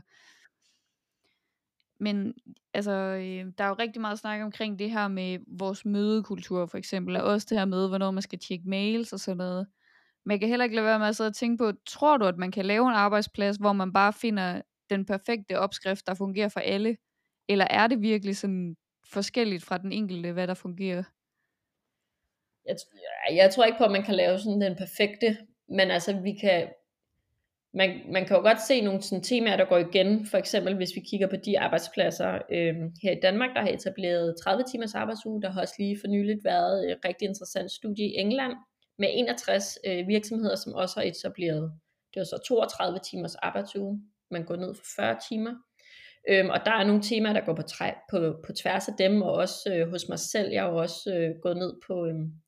Men altså, der er jo rigtig meget snak omkring det her med vores mødekultur for eksempel, og også det her med, hvornår man skal tjekke mails og sådan noget. Men jeg kan heller ikke lade være med at sidde og tænke på, tror du, at man kan lave en arbejdsplads, hvor man bare finder den perfekte opskrift, der fungerer for alle? Eller er det virkelig sådan forskelligt fra den enkelte, hvad der fungerer? Jeg tror ikke på, at man kan lave sådan den perfekte, men altså man kan jo godt se nogle sådan temaer, der går igen. For eksempel hvis vi kigger på de arbejdspladser her i Danmark, der har etableret 30 timers arbejdsuge. Der har også lige for nyligt været et rigtig interessant studie i England med 61 virksomheder, som også har etableret, det var så 32 timers arbejdsuge. Man går ned for 40 timer. Og der er nogle temaer, der går på tværs af dem, og også hos mig selv. Jeg har jo også gået ned på,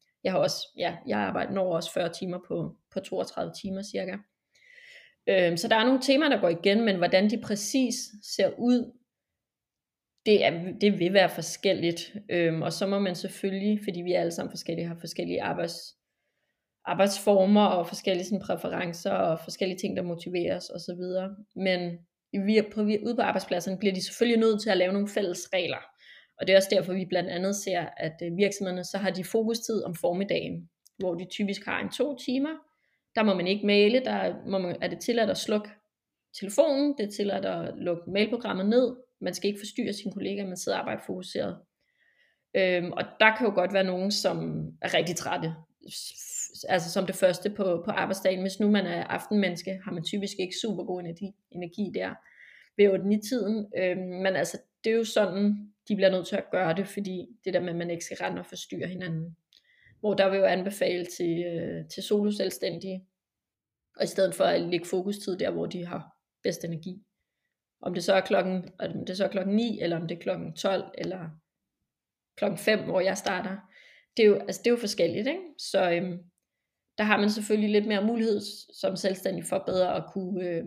når også 40 timer på 32 timer cirka. Så der er nogle temaer, der går igen, men hvordan de præcis ser ud, det vil være forskelligt. Og så må man selvfølgelig, fordi vi er alle sammen forskellige, har forskellige arbejdsformer og forskellige sådan, præferencer og forskellige ting, der motiverer os osv. Men ude på arbejdspladserne bliver de selvfølgelig nødt til at lave nogle fælles regler. Og det er også derfor, vi blandt andet ser, at virksomhederne så har de fokustid om formiddagen, hvor de typisk har 2 timer. Der må man ikke maile, er det tilladt at slukke telefonen, det er tilladt at lukke mailprogrammet ned, man skal ikke forstyrre sine kollegaer, man sidder og arbejder fokuseret. Og der kan jo godt være nogen, som er rigtig trætte, altså som det første på arbejdsdagen. Hvis nu man er aftenmenneske, har man typisk ikke super god energi der ved 8-9-tiden. Men altså, det er jo sådan, de bliver nødt til at gøre det, fordi det der med, at man ikke skal rende og forstyrre hinanden. Hvor der vil jo anbefale til solo-selvstændige, og i stedet for at lægge fokustid der, hvor de har bedst energi. Om det så er klokken 9, eller om det er klokken 12, eller klokken 5, hvor jeg starter. Det er jo forskelligt, ikke? Så der har man selvfølgelig lidt mere mulighed som selvstændig for bedre at kunne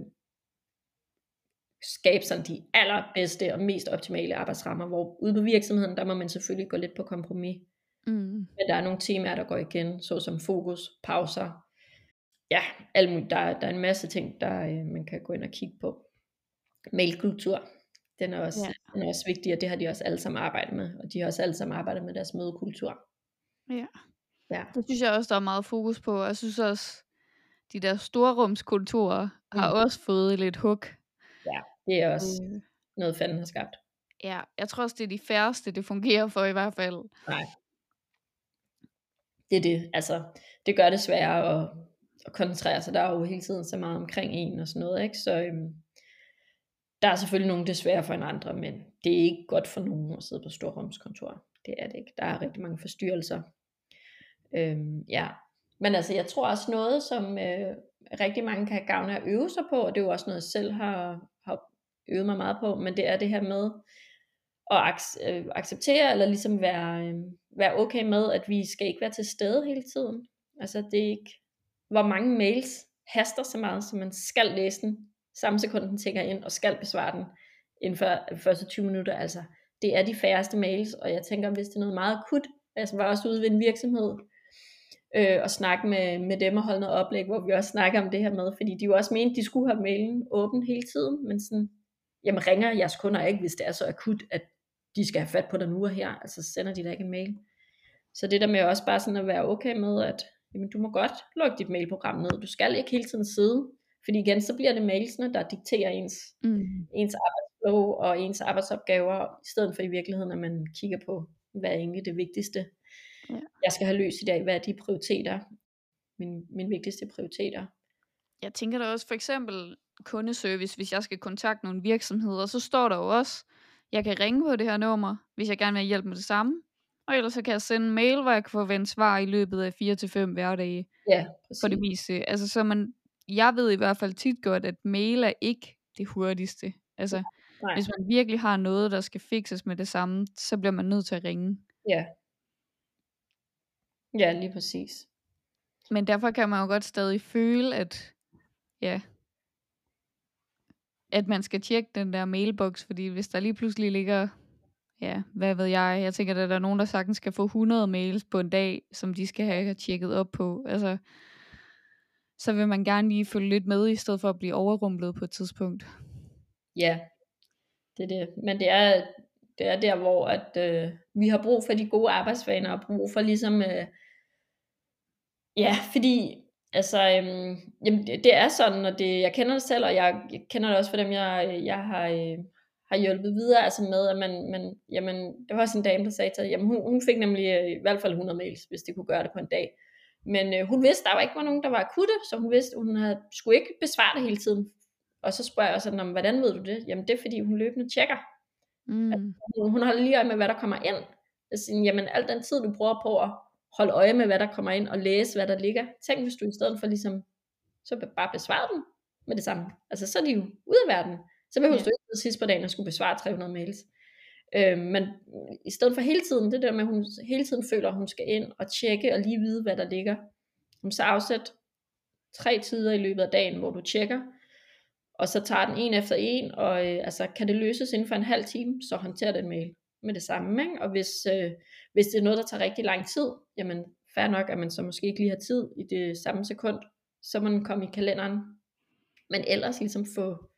skabe sådan de allerbedste og mest optimale arbejdsrammer, hvor ude på virksomheden, der må man selvfølgelig gå lidt på kompromis. Men der er nogle temaer, der går igen, såsom fokus, pauser. Ja, der er en masse ting, der man kan gå ind og kigge på. Mailkultur, den er også vigtig, og det har de også alle sammen arbejdet med, og de har også alle sammen arbejdet med deres mødekultur. Ja. Det synes jeg også, der er meget fokus på. Jeg synes også, de der storrumskulturer har også fået lidt hug. Ja, det er også noget fanden har skabt. Ja, jeg tror også, det er de færreste, det fungerer for i hvert fald. Nej. Det er det. Altså, det gør det sværere at koncentrere sig. Der er jo hele tiden så meget omkring en og sådan noget, ikke? Så der er selvfølgelig nogen, det er sværere for en andre, men det er ikke godt for nogen at sidde på storrumskontor. Det er det ikke. Der er rigtig mange forstyrrelser. Men altså, jeg tror også noget, som rigtig mange kan have gavn af at øve sig på, og det er jo også noget, jeg selv har øvet mig meget på, men det er det her med at acceptere, eller ligesom være okay med, at vi skal ikke være til stede hele tiden. Altså, det er ikke, hvor mange mails haster så meget, så man skal læse den samme sekund, den tækker ind, og skal besvare den inden for de første 20 minutter. Altså, det er de færreste mails, og jeg tænker, hvis det er noget meget akut, altså var også ude ved en virksomhed, og snakke med dem og holde noget oplæg, hvor vi også snakker om det her med, fordi de jo også mente, de skulle have mailen åben hele tiden, men sådan, jamen ringer jeres kunder ikke, hvis det er så akut, at de skal have fat på dig nu og her, altså sender de da ikke en mail. Så det der med også bare sådan at være okay med, at jamen, du må godt lukke dit mailprogram ned, du skal ikke hele tiden sidde, fordi igen, så bliver det mailsene, der dikterer ens arbejdsflow og ens arbejdsopgaver, i stedet for i virkeligheden, at man kigger på, hvad er egentlig det vigtigste, jeg skal have løst i dag, hvad er de prioriteter, mine vigtigste prioriteter. Jeg tænker da også for eksempel kundeservice, hvis jeg skal kontakte nogle virksomheder, så står der jo også, jeg kan ringe på det her nummer, hvis jeg gerne vil have hjælp med det samme, og ellers så kan jeg sende en mail, hvor jeg kan forvente svar i løbet af 4-5 hverdage. Ja, præcis. For det meste. Altså, jeg ved i hvert fald tit godt, at mail er ikke det hurtigste. Altså, hvis man virkelig har noget, der skal fikses med det samme, så bliver man nødt til at ringe. Ja, lige præcis. Men derfor kan man jo godt stadig føle, at man skal tjekke den der mailbox, fordi hvis der lige pludselig ligger, hvad ved jeg tænker, at der er nogen, der sagtens skal få 100 mails på en dag, som de skal have tjekket op på. Altså, så vil man gerne lige følge lidt med, i stedet for at blive overrumplet på et tidspunkt. Ja, det er det. Men det er der, hvor at, vi har brug for de gode arbejdsvaner, og brug for ligesom, fordi, altså, jamen, det er sådan, og jeg kender det selv, og jeg kender det også for dem, jeg har hjulpet videre, altså med, at jamen, der var også en dame, der sagde til, jamen hun fik nemlig i hvert fald 100 mails, hvis de kunne gøre det på en dag. Men hun vidste, der ikke var nogen, der var akutte, så hun vidste, hun skulle ikke besvare det hele tiden. Og så spørger jeg sådan, hvordan ved du det? Jamen det er, fordi hun løbende tjekker. Altså, hun holder lige øje med, hvad der kommer ind. Altså, jamen al den tid, du bruger på at holde øje med, hvad der kommer ind, og læse, hvad der ligger. Tænk, hvis du i stedet for ligesom, så bare besvare dem med det samme. Altså så er de jo ude af verden. Så behøver Ja. du ikke sidde sidst på dagen og skulle besvare 300 mails. Men i stedet for hele tiden, det der med, at hun hele tiden føler, at hun skal ind og tjekke og lige vide, hvad der ligger. Så afsæt 3 tider i løbet af dagen, hvor du tjekker, og så tager den en efter en, og altså, kan det løses inden for en halv time, så håndter den mail med det samme. Ikke? Og hvis det er noget, der tager rigtig lang tid, jamen fair nok, at man så måske ikke lige har tid i det samme sekund, så må den komme i kalenderen. Men ellers ligesom få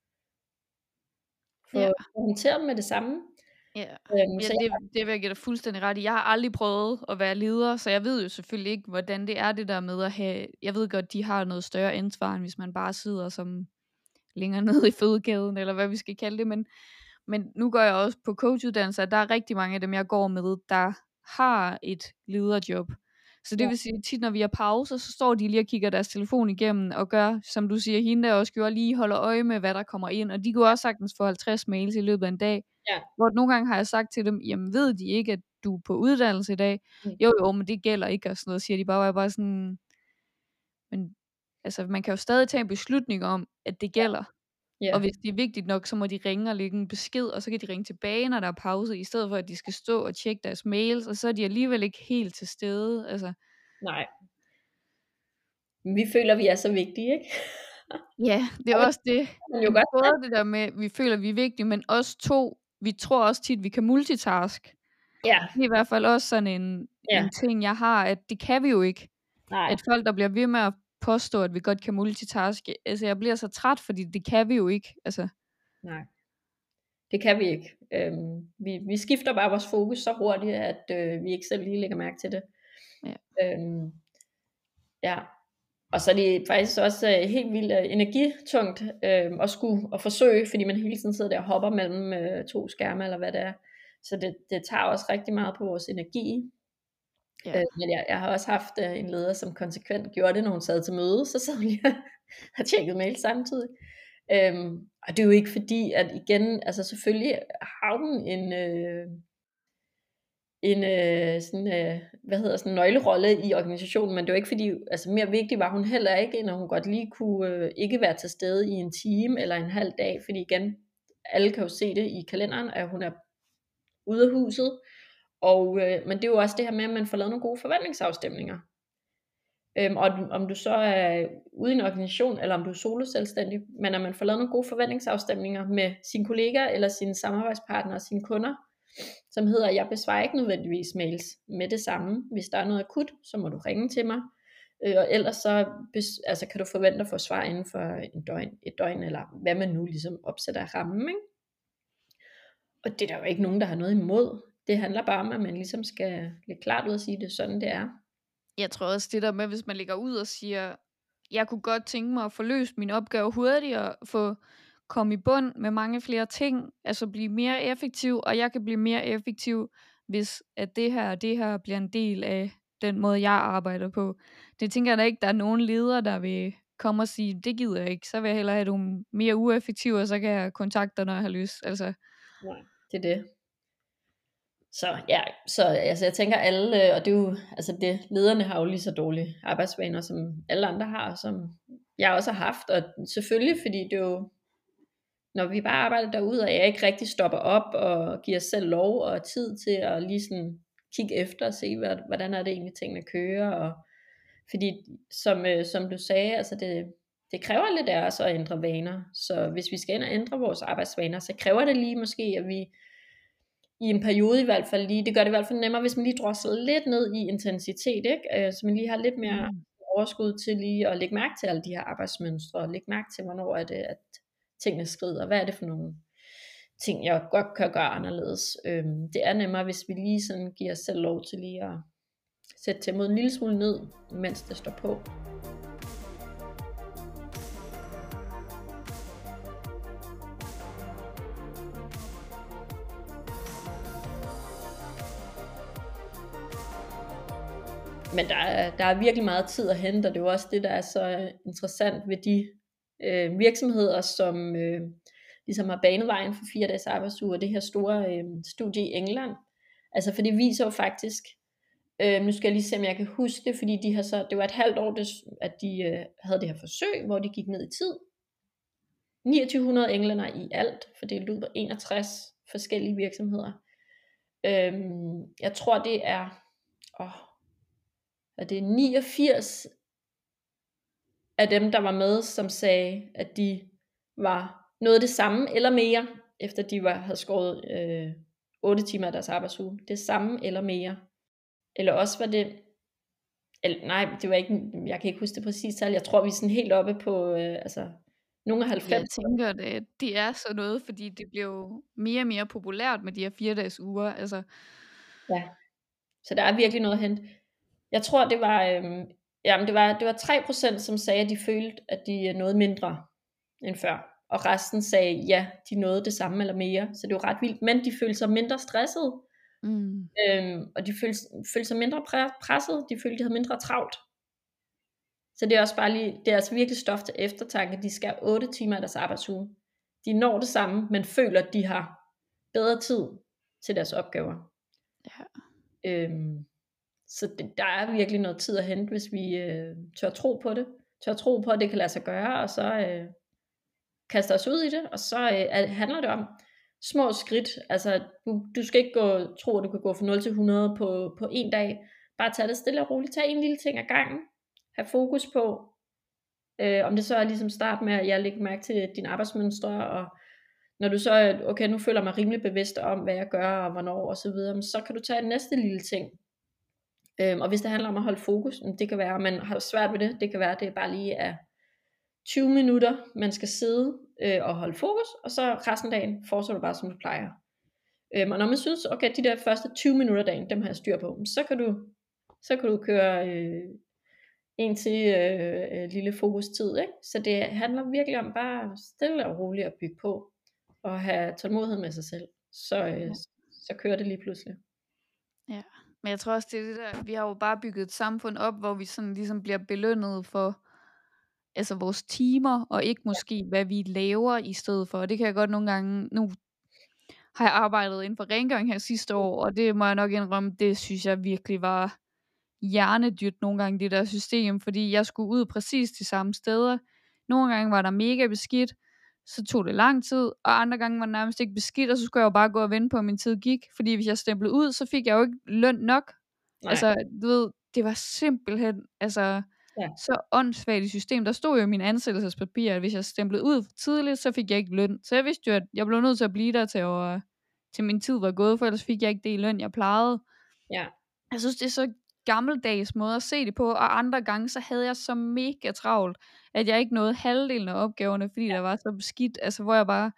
håndteret dem med det samme. Ja, Så det vil jeg give dig fuldstændig ret i. Jeg har aldrig prøvet at være leder, så jeg ved jo selvfølgelig ikke, hvordan det er det der med at have... Jeg ved godt, de har noget større ansvar, end hvis man bare sidder som længere nede i fødekæden, eller hvad vi skal kalde det. Men nu går jeg også på coachuddannelse, og der er rigtig mange af dem, jeg går med, der har et lederjob. Så det vil sige, tit når vi har pauser, så står de lige og kigger deres telefon igennem, og gør, som du siger, hende der også gjorde, lige holder øje med, hvad der kommer ind. Og de kunne også sagtens få 50 mails i løbet af en dag. Ja. Hvor nogle gange har jeg sagt til dem, jamen ved de ikke, at du er på uddannelse i dag? Jo, men det gælder ikke, og sådan noget, siger de bare. Og jeg er bare sådan, men altså, man kan jo stadig tage en beslutning om, at det gælder. Og hvis det er vigtigt nok, så må de ringe og lægge en besked, og så kan de ringe tilbage, når der er pause, i stedet for, at de skal stå og tjekke deres mails, og så er de alligevel ikke helt til stede. Altså. Nej. Vi føler, vi er så vigtige, ikke? Ja, det er også det. Både det der med, vi føler, vi er vigtige, men også to, vi tror også tit, vi kan multitask. Ja. Det er i hvert fald også sådan en ting, jeg har, at det kan vi jo ikke. Nej. At folk, der bliver ved med at påstå, at vi godt kan multitaske, altså jeg bliver så træt, fordi det kan vi jo ikke. Altså. Nej, det kan vi ikke. Vi skifter bare vores fokus så hurtigt, at vi ikke selv lige lægger mærke til det. Ja. Og så er det faktisk også helt vildt energitungt at forsøge, fordi man hele tiden sidder der og hopper mellem 2 skærme, eller hvad det er. Så det tager også rigtig meget på vores energi. Men jeg har også haft en leder, som konsekvent gjorde det, når hun sad til møde, så sad hun lige og tjekkede mail samtidig. Og det er jo ikke fordi, at igen, altså selvfølgelig har hun sådan en nøglerolle i organisationen, men det var ikke fordi, altså mere vigtigt var hun heller ikke, end at hun godt lige kunne ikke være til stede i en time eller en halv dag, fordi igen, alle kan jo se det i kalenderen, at hun er ude af huset, men det er jo også det her med, at man får lavet nogle gode forventningsafstemninger. Og om du så er ude i en organisation, eller om du er soloselvstændig, men at man får lavet nogle gode forventningsafstemninger med sine kollegaer, eller sine samarbejdspartnere og sine kunder, som hedder, jeg besvarer ikke nødvendigvis mails med det samme. Hvis der er noget akut, så må du ringe til mig. Og ellers så kan du forvente at få svar inden for et døgn, eller hvad man nu ligesom opsætter af rammen. Ikke? Og det er der jo ikke nogen, der har noget imod. Det handler bare om, at man ligesom skal lægge klart ud og sige, det er sådan, det er. Jeg tror også det der med, hvis man ligger ud og siger, jeg kunne godt tænke mig at få løst min opgave hurtigere, få komme i bund med mange flere ting, altså blive mere effektiv, og jeg kan blive mere effektiv, hvis at det her bliver en del af den måde, jeg arbejder på. Det tænker jeg da ikke, der er nogen ledere, der vil komme og sige, det gider jeg ikke, så vil jeg hellere have nogle mere ueffektive, og så kan jeg kontakte dig, når jeg har lyst. Altså. Nej, det er det. Så altså jeg tænker alle, og det er jo, altså det, lederne har jo lige så dårlige arbejdsvaner, som alle andre har, som jeg også har haft, og selvfølgelig, fordi det er jo, når vi bare arbejder derude, og jeg ikke rigtig stopper op, og giver os selv lov og tid til at lige sådan kigge efter, og se, hvordan er det egentlig tingene kører, og fordi, som du sagde, altså det kræver lidt af os at ændre vaner, så hvis vi skal ind og ændre vores arbejdsvaner, så kræver det lige måske, at vi i en periode i hvert fald lige, det gør det i hvert fald nemmere, hvis man lige drosler lidt ned i intensitet, ikke? Så man lige har lidt mere overskud til lige at lægge mærke til alle de her arbejdsmønstre, og lægge mærke til, hvornår er det, at tingene skrider, hvad er det for nogle ting, jeg godt kan gøre anderledes. Det er nemmere, hvis vi lige sådan giver os selv lov til lige at sætte tempoet en lille smule ned, mens det står på. Men der er virkelig meget tid at hente, og det er jo også det, der er så interessant ved de virksomheder, som ligesom har banet vejen for 4 dages arbejdsuge, og det her store studie i England. Altså for det viser jo faktisk, nu skal jeg lige se, om jeg kan huske det, fordi det var et halvt år, at de havde det her forsøg, hvor de gik ned i tid. 2900 englænder i alt, fordelt ud på 61 forskellige virksomheder. Jeg tror det er, at det er 89 af dem, der var med, som sagde, at de var noget af det samme eller mere, efter de havde skåret 8 timer af deres arbejdsuge. Det samme eller mere. Eller også var det, nej, det var ikke, jeg kan ikke huske det præcis tal. Jeg tror, vi er sådan helt oppe på, nogle af 90. Jeg tænker, det er sådan noget, fordi det bliver jo mere og mere populært med de her 4-dages uger. Altså. Ja, så der er virkelig noget at hente. Jeg tror, det var, det var 3%, som sagde, at de følte, at de nåede mindre end før. Og resten sagde, ja, de nåede det samme eller mere. Så det var ret vildt, men de følte sig mindre stressede. Og de følte sig mindre presset. De følte, de havde mindre travlt. Så det er også bare lige, det er altså virkelig stof til eftertanke. De skal 8 timer af deres arbejdsuge. De når det samme, men føler, at de har bedre tid til deres opgaver. Ja. Så der er virkelig noget tid at hente, hvis vi tør tro på det. Tør tro på, at det kan lade sig gøre, og så kaste os ud i det. Og så handler det om små skridt. Altså, du skal ikke tro, at du kan gå fra 0 til 100 på en dag. Bare tage det stille og roligt. Tag en lille ting ad gangen. Have fokus på, om det så er ligesom start med, at jeg lægger mærke til dine arbejdsmønstre, og når du så, okay, nu føler mig rimelig bevidst om, hvad jeg gør, og hvornår, og så videre, så kan du tage den næste lille ting. Og hvis det handler om at holde fokus, det kan være, at man har svært ved det, det kan være, at det bare lige er 20 minutter, man skal sidde og holde fokus, og så resten af dagen fortsætter du bare, som du plejer. Og når man synes, okay, de der første 20 minutter af dagen, dem har jeg styr på, så kan du køre en til lille fokustid, ikke? Så det handler virkelig om bare stille og roligt at bygge på, og have tålmodighed med sig selv, så kører det lige pludselig. Ja, men jeg tror også, det er det der, vi har jo bare bygget et samfund op, hvor vi sådan ligesom bliver belønnet for altså vores timer, og ikke måske, hvad vi laver i stedet for. Og det kan jeg godt nogle gange, nu har jeg arbejdet inden for rengøring her sidste år, og det må jeg nok indrømme, det synes jeg virkelig var hjernedyrt nogle gange, det der system, fordi jeg skulle ud præcis de samme steder. Nogle gange var der mega beskidt, så tog det lang tid, og andre gange var det nærmest ikke beskidt, og så skulle jeg jo bare gå og vente på, at min tid gik, fordi hvis jeg stemplede ud, så fik jeg jo ikke løn nok. Nej. Altså, du ved, det var simpelthen, så åndssvagt i system. Der stod jo i min ansættelsespapir, at hvis jeg stemplede ud tidligt, så fik jeg ikke løn. Så jeg vidste jo, at jeg blev nødt til at blive der til min tid var gået, for ellers fik jeg ikke det i løn, jeg plejede. Ja. Jeg synes, det er så gammeldags måde at se det på, og andre gange, så havde jeg så mega travlt, at jeg ikke nåede halvdelen af opgaverne, fordi der var så beskidt, altså hvor jeg bare,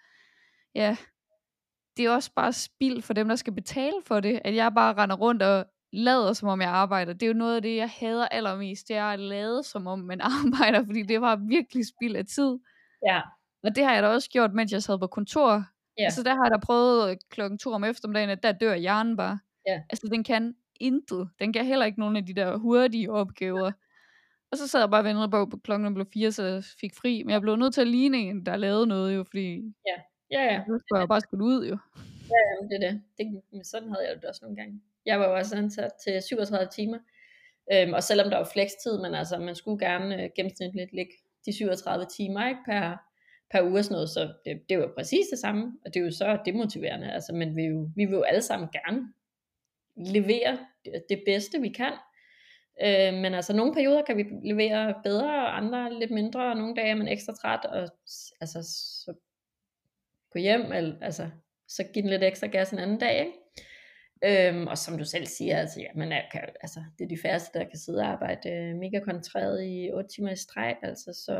det er også bare spild for dem, der skal betale for det, at jeg bare render rundt og lader, som om jeg arbejder. Det er jo noget af det, jeg hader allermest, det er at lade, som om man arbejder, fordi det var virkelig spild af tid. Ja. Og det har jeg da også gjort, mens jeg sad på kontor. Ja. Altså der har jeg da prøvet 2:00 om eftermiddagen, at der dør hjernen bare. Ja. Altså den kan intet. Den kan heller ikke nogen af de der hurtige opgaver. Og så sad jeg bare og ventede på klokken blev 4, så jeg fik fri. Men jeg blev nødt til at ligne en, der lavede noget jo, fordi så skulle jeg bare skulle ud jo. Ja, det er det. Sådan havde jeg det også nogle gange. Jeg var jo også ansat til 37 timer. Og selvom der var flekstid, men altså man skulle gerne gennemsnitligt ligge de 37 timer, ikke, per uge og sådan noget, så det var præcis det samme, og det er jo så demotiverende, altså, men vi vil jo alle sammen gerne levere det bedste vi kan, men altså nogle perioder kan vi levere bedre, og andre lidt mindre, og nogle dage er man ekstra træt, og altså så gå hjem, eller, altså så give den lidt ekstra gas en anden dag, ikke? Og som du selv siger, altså, det er de færreste, der kan sidde og arbejde mega koncentreret i 8 timer i streg, altså, så,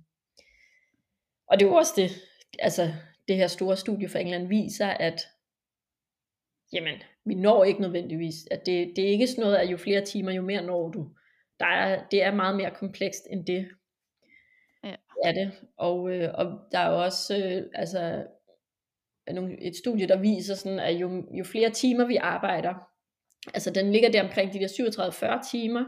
og det er jo også det, altså det her store studie fra England viser, at jamen, vi når ikke nødvendigvis, at det er ikke sådan noget, at jo flere timer, jo mere når du. Det er meget mere komplekst end det. Ja. Er det. Og der er jo også et studie, der viser sådan, at jo flere timer vi arbejder, altså den ligger der omkring de der 37-40 timer,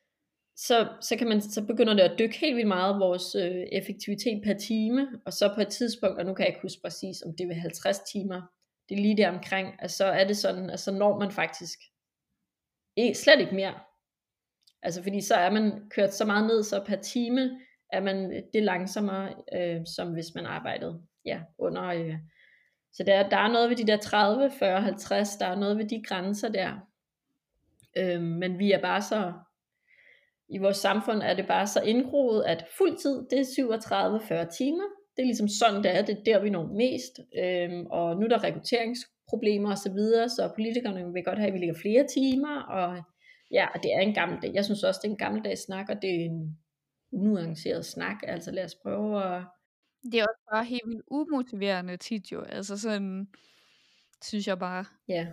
så begynder det at dykke helt vildt meget vores effektivitet per time, og så på et tidspunkt, og nu kan jeg ikke huske præcis, om det er 50 timer, det er lige der omkring, at så er det sådan, at så når man faktisk slet ikke mere. Altså fordi så er man kørt så meget ned, så per time er man det langsommere, som hvis man arbejdede under. Så der er noget ved de der 30, 40, 50, der er noget ved de grænser der. Men vi er bare så, i vores samfund er det bare så indgroet, at fuldtid, det er 37-40 timer. Det er ligesom sådan, det er der, vi når mest. Og nu er der rekrutteringsproblemer og så videre, så politikerne vil godt have, at vi ligger flere timer. Og det er en gammeldag. Jeg synes også, det er en gammeldags snak, og det er en unuanceret snak. Altså lad os prøve at... Det er også bare helt vildt umotiverende tit jo. Altså sådan, synes jeg bare. Ja.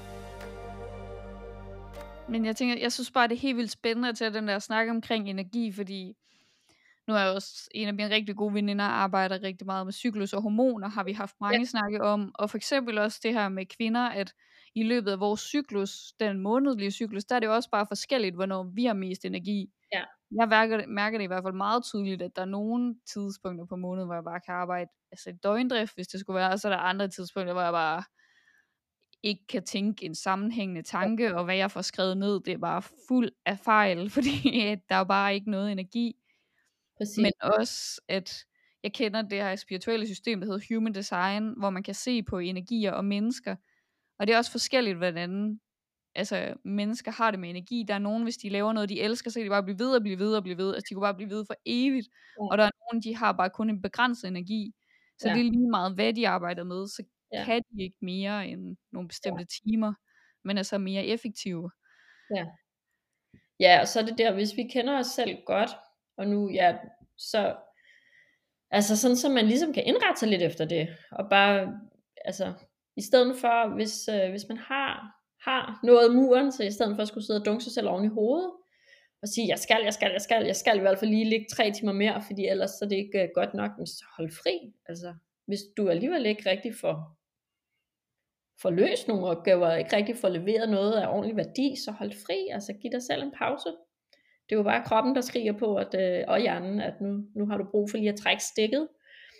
Men jeg synes bare, det er helt vildt spændende at tage den der snak omkring energi, fordi nu er jeg også en af mine rigtig gode veninder, arbejder rigtig meget med cyklus og hormoner, har vi haft mange snakke om, og for eksempel også det her med kvinder, at i løbet af vores cyklus, den månedlige cyklus, der er det jo også bare forskelligt, hvornår vi har mest energi. Ja. Jeg mærker det i hvert fald meget tydeligt, at der er nogle tidspunkter på måneden, hvor jeg bare kan arbejde altså et døgndrift, hvis det skulle være, og så er der andre tidspunkter, hvor jeg bare ikke kan tænke en sammenhængende tanke, og hvad jeg får skrevet ned, det er bare fuld af fejl, fordi der er bare ikke noget energi. Præcis. Men også, at jeg kender det her spirituelle system, der hedder Human Design, hvor man kan se på energier og mennesker, og det er også forskelligt, hvordan mennesker har det med energi. Der er nogen, hvis de laver noget, de elsker, så kan de bare blive ved og blive ved og blive ved. Altså de kunne bare blive ved for evigt. Og der er nogen, de har bare kun en begrænset energi. Så det er lige meget, hvad de arbejder med, så kan de ikke mere end nogle bestemte timer, men altså mere effektive. Ja, og så er det der, hvis vi kender os selv godt, og nu, så altså sådan, så man ligesom kan indrette sig lidt efter det, og bare, altså, i stedet for, hvis man har nået muren, så i stedet for at skulle sidde og dunke sig selv oven i hovedet, og sige, jeg skal i hvert fald lige ligge 3 timer mere, fordi ellers så er det ikke godt nok, men så hold fri, altså, hvis du alligevel ikke rigtig får løst nogle opgaver, ikke rigtig får leveret noget af ordentlig værdi, så hold fri, altså giv dig selv en pause. Det er jo bare kroppen, der skriger på, og hjernen, at nu har du brug for lige at trække stikket.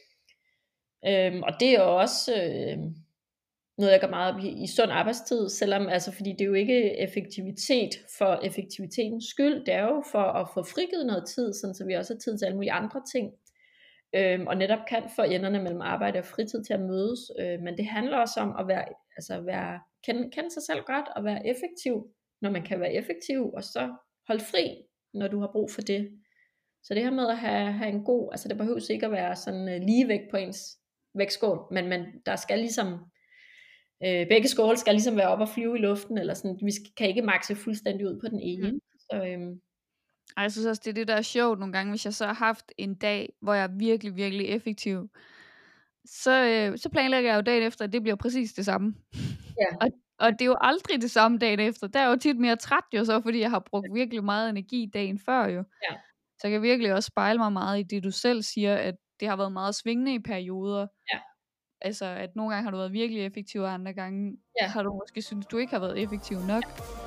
Og det er jo også noget, jeg gør meget op i sund arbejdstid, selvom, altså, fordi det er jo ikke effektivitet for effektivitetens skyld, det er jo for at få frigivet noget tid, sådan, så vi også har tid til alle mulige andre ting, og netop kan få enderne mellem arbejde og fritid til at mødes, men det handler også om at kende sig selv godt, og være effektiv, når man kan være effektiv, og så holde fri, når du har brug for det. Så det her med at have en god, altså det behøves ikke at være sådan lige vægt på ens vægtskål, men der skal ligesom, begge skåle skal ligesom være op og flyve i luften, eller sådan, vi kan ikke makse fuldstændig ud på den ene. Så, jeg synes også, det er det, der er sjovt nogle gange, hvis jeg så har haft en dag, hvor jeg er virkelig, virkelig effektiv, så planlægger jeg jo dagen efter, at det bliver præcis det samme. Ja. Og det er jo aldrig det samme dagen efter. Der er jo tit mere træt jo så, fordi jeg har brugt virkelig meget energi dagen før jo. Ja. Så jeg kan virkelig også spejle mig meget i det, du selv siger, at det har været meget svingende i perioder. Ja. Altså, at nogle gange har du været virkelig effektiv, og andre gange har du måske synes du ikke har været effektiv nok.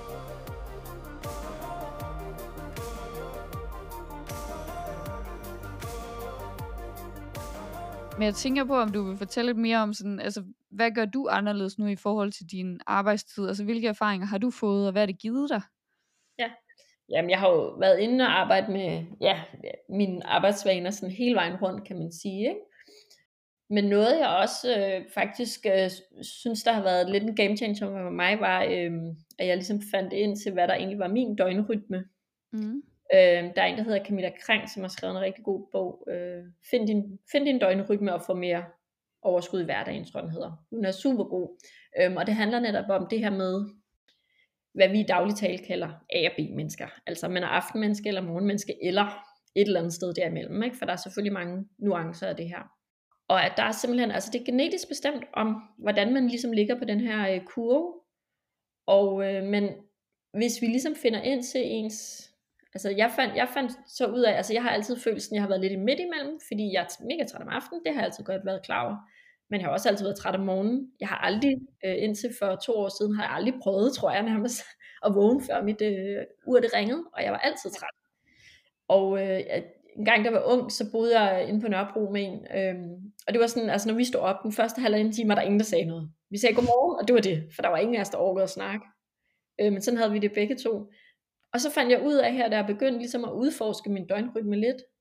Men jeg tænker på, om du vil fortælle lidt mere om sådan, altså, hvad gør du anderledes nu i forhold til din arbejdstid? Altså, hvilke erfaringer har du fået, og hvad har det givet dig? Ja, jamen jeg har jo været inde og arbejde med mine arbejdsvaner sådan hele vejen rundt, kan man sige, ikke? Men noget jeg også faktisk synes, der har været lidt en game changer for mig, var, at jeg ligesom fandt ind til, hvad der egentlig var min døgnrytme. Der er en, der hedder Camilla Krang, som har skrevet en rigtig god bog, Find din døgnrytme og få mere overskud i hverdagen, tror jeg den hedder. Hun er super god, og det handler netop om det her med, hvad vi i daglig tale kalder A- og B-mennesker. Altså man er aftenmenneske eller morgenmenneske, eller et eller andet sted derimellem, ikke? For der er selvfølgelig mange nuancer af det her. Og at der er simpelthen, altså det er genetisk bestemt om, hvordan man ligesom ligger på den her kurve. Og men hvis vi ligesom finder ind til ens, altså jeg fandt så ud af, altså jeg har altid følt sådan, jeg har været lidt i midt imellem, fordi jeg er mega træt om aftenen, det har jeg altid godt været klar over. Men jeg har også altid været træt om morgenen. Jeg har aldrig, indtil for 2 år siden, har jeg aldrig prøvet, tror jeg nærmest, at vågne før mit ur det ringede, og jeg var altid træt. Og en gang der var ung, så boede jeg inde på Nørrebro med en, og det var sådan, altså når vi stod op, den første halvanden time, var der ingen, der sagde noget. Vi sagde godmorgen, og det var det, for der var ingen af os, der orkede at snakke. Men sådan havde vi det begge to. Og så fandt jeg ud af her, da jeg begyndte ligesom at udforske min døgnrytme lidt,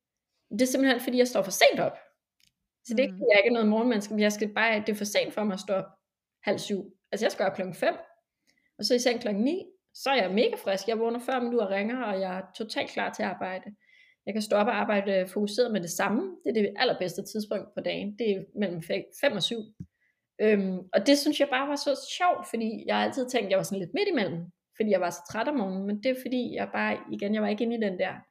det er simpelthen fordi, jeg står for sent op. Så det er ikke, fordi jeg ikke er noget morgenmenneske, men det er for sent for mig at stå op 6:30. Altså jeg skal op 5:00, og så i seng 9:00, så er jeg mega frisk. Jeg vågner før min lur ringer, og jeg er totalt klar til at arbejde. Jeg kan stå op og arbejde fokuseret med det samme. Det er det allerbedste tidspunkt på dagen. Det er mellem 5 og 7. Og det synes jeg bare var så sjovt, fordi jeg har altid tænkt, at jeg var sådan lidt midt imellem, fordi jeg var så træt om morgenen, men det er fordi, jeg var ikke inde i den der,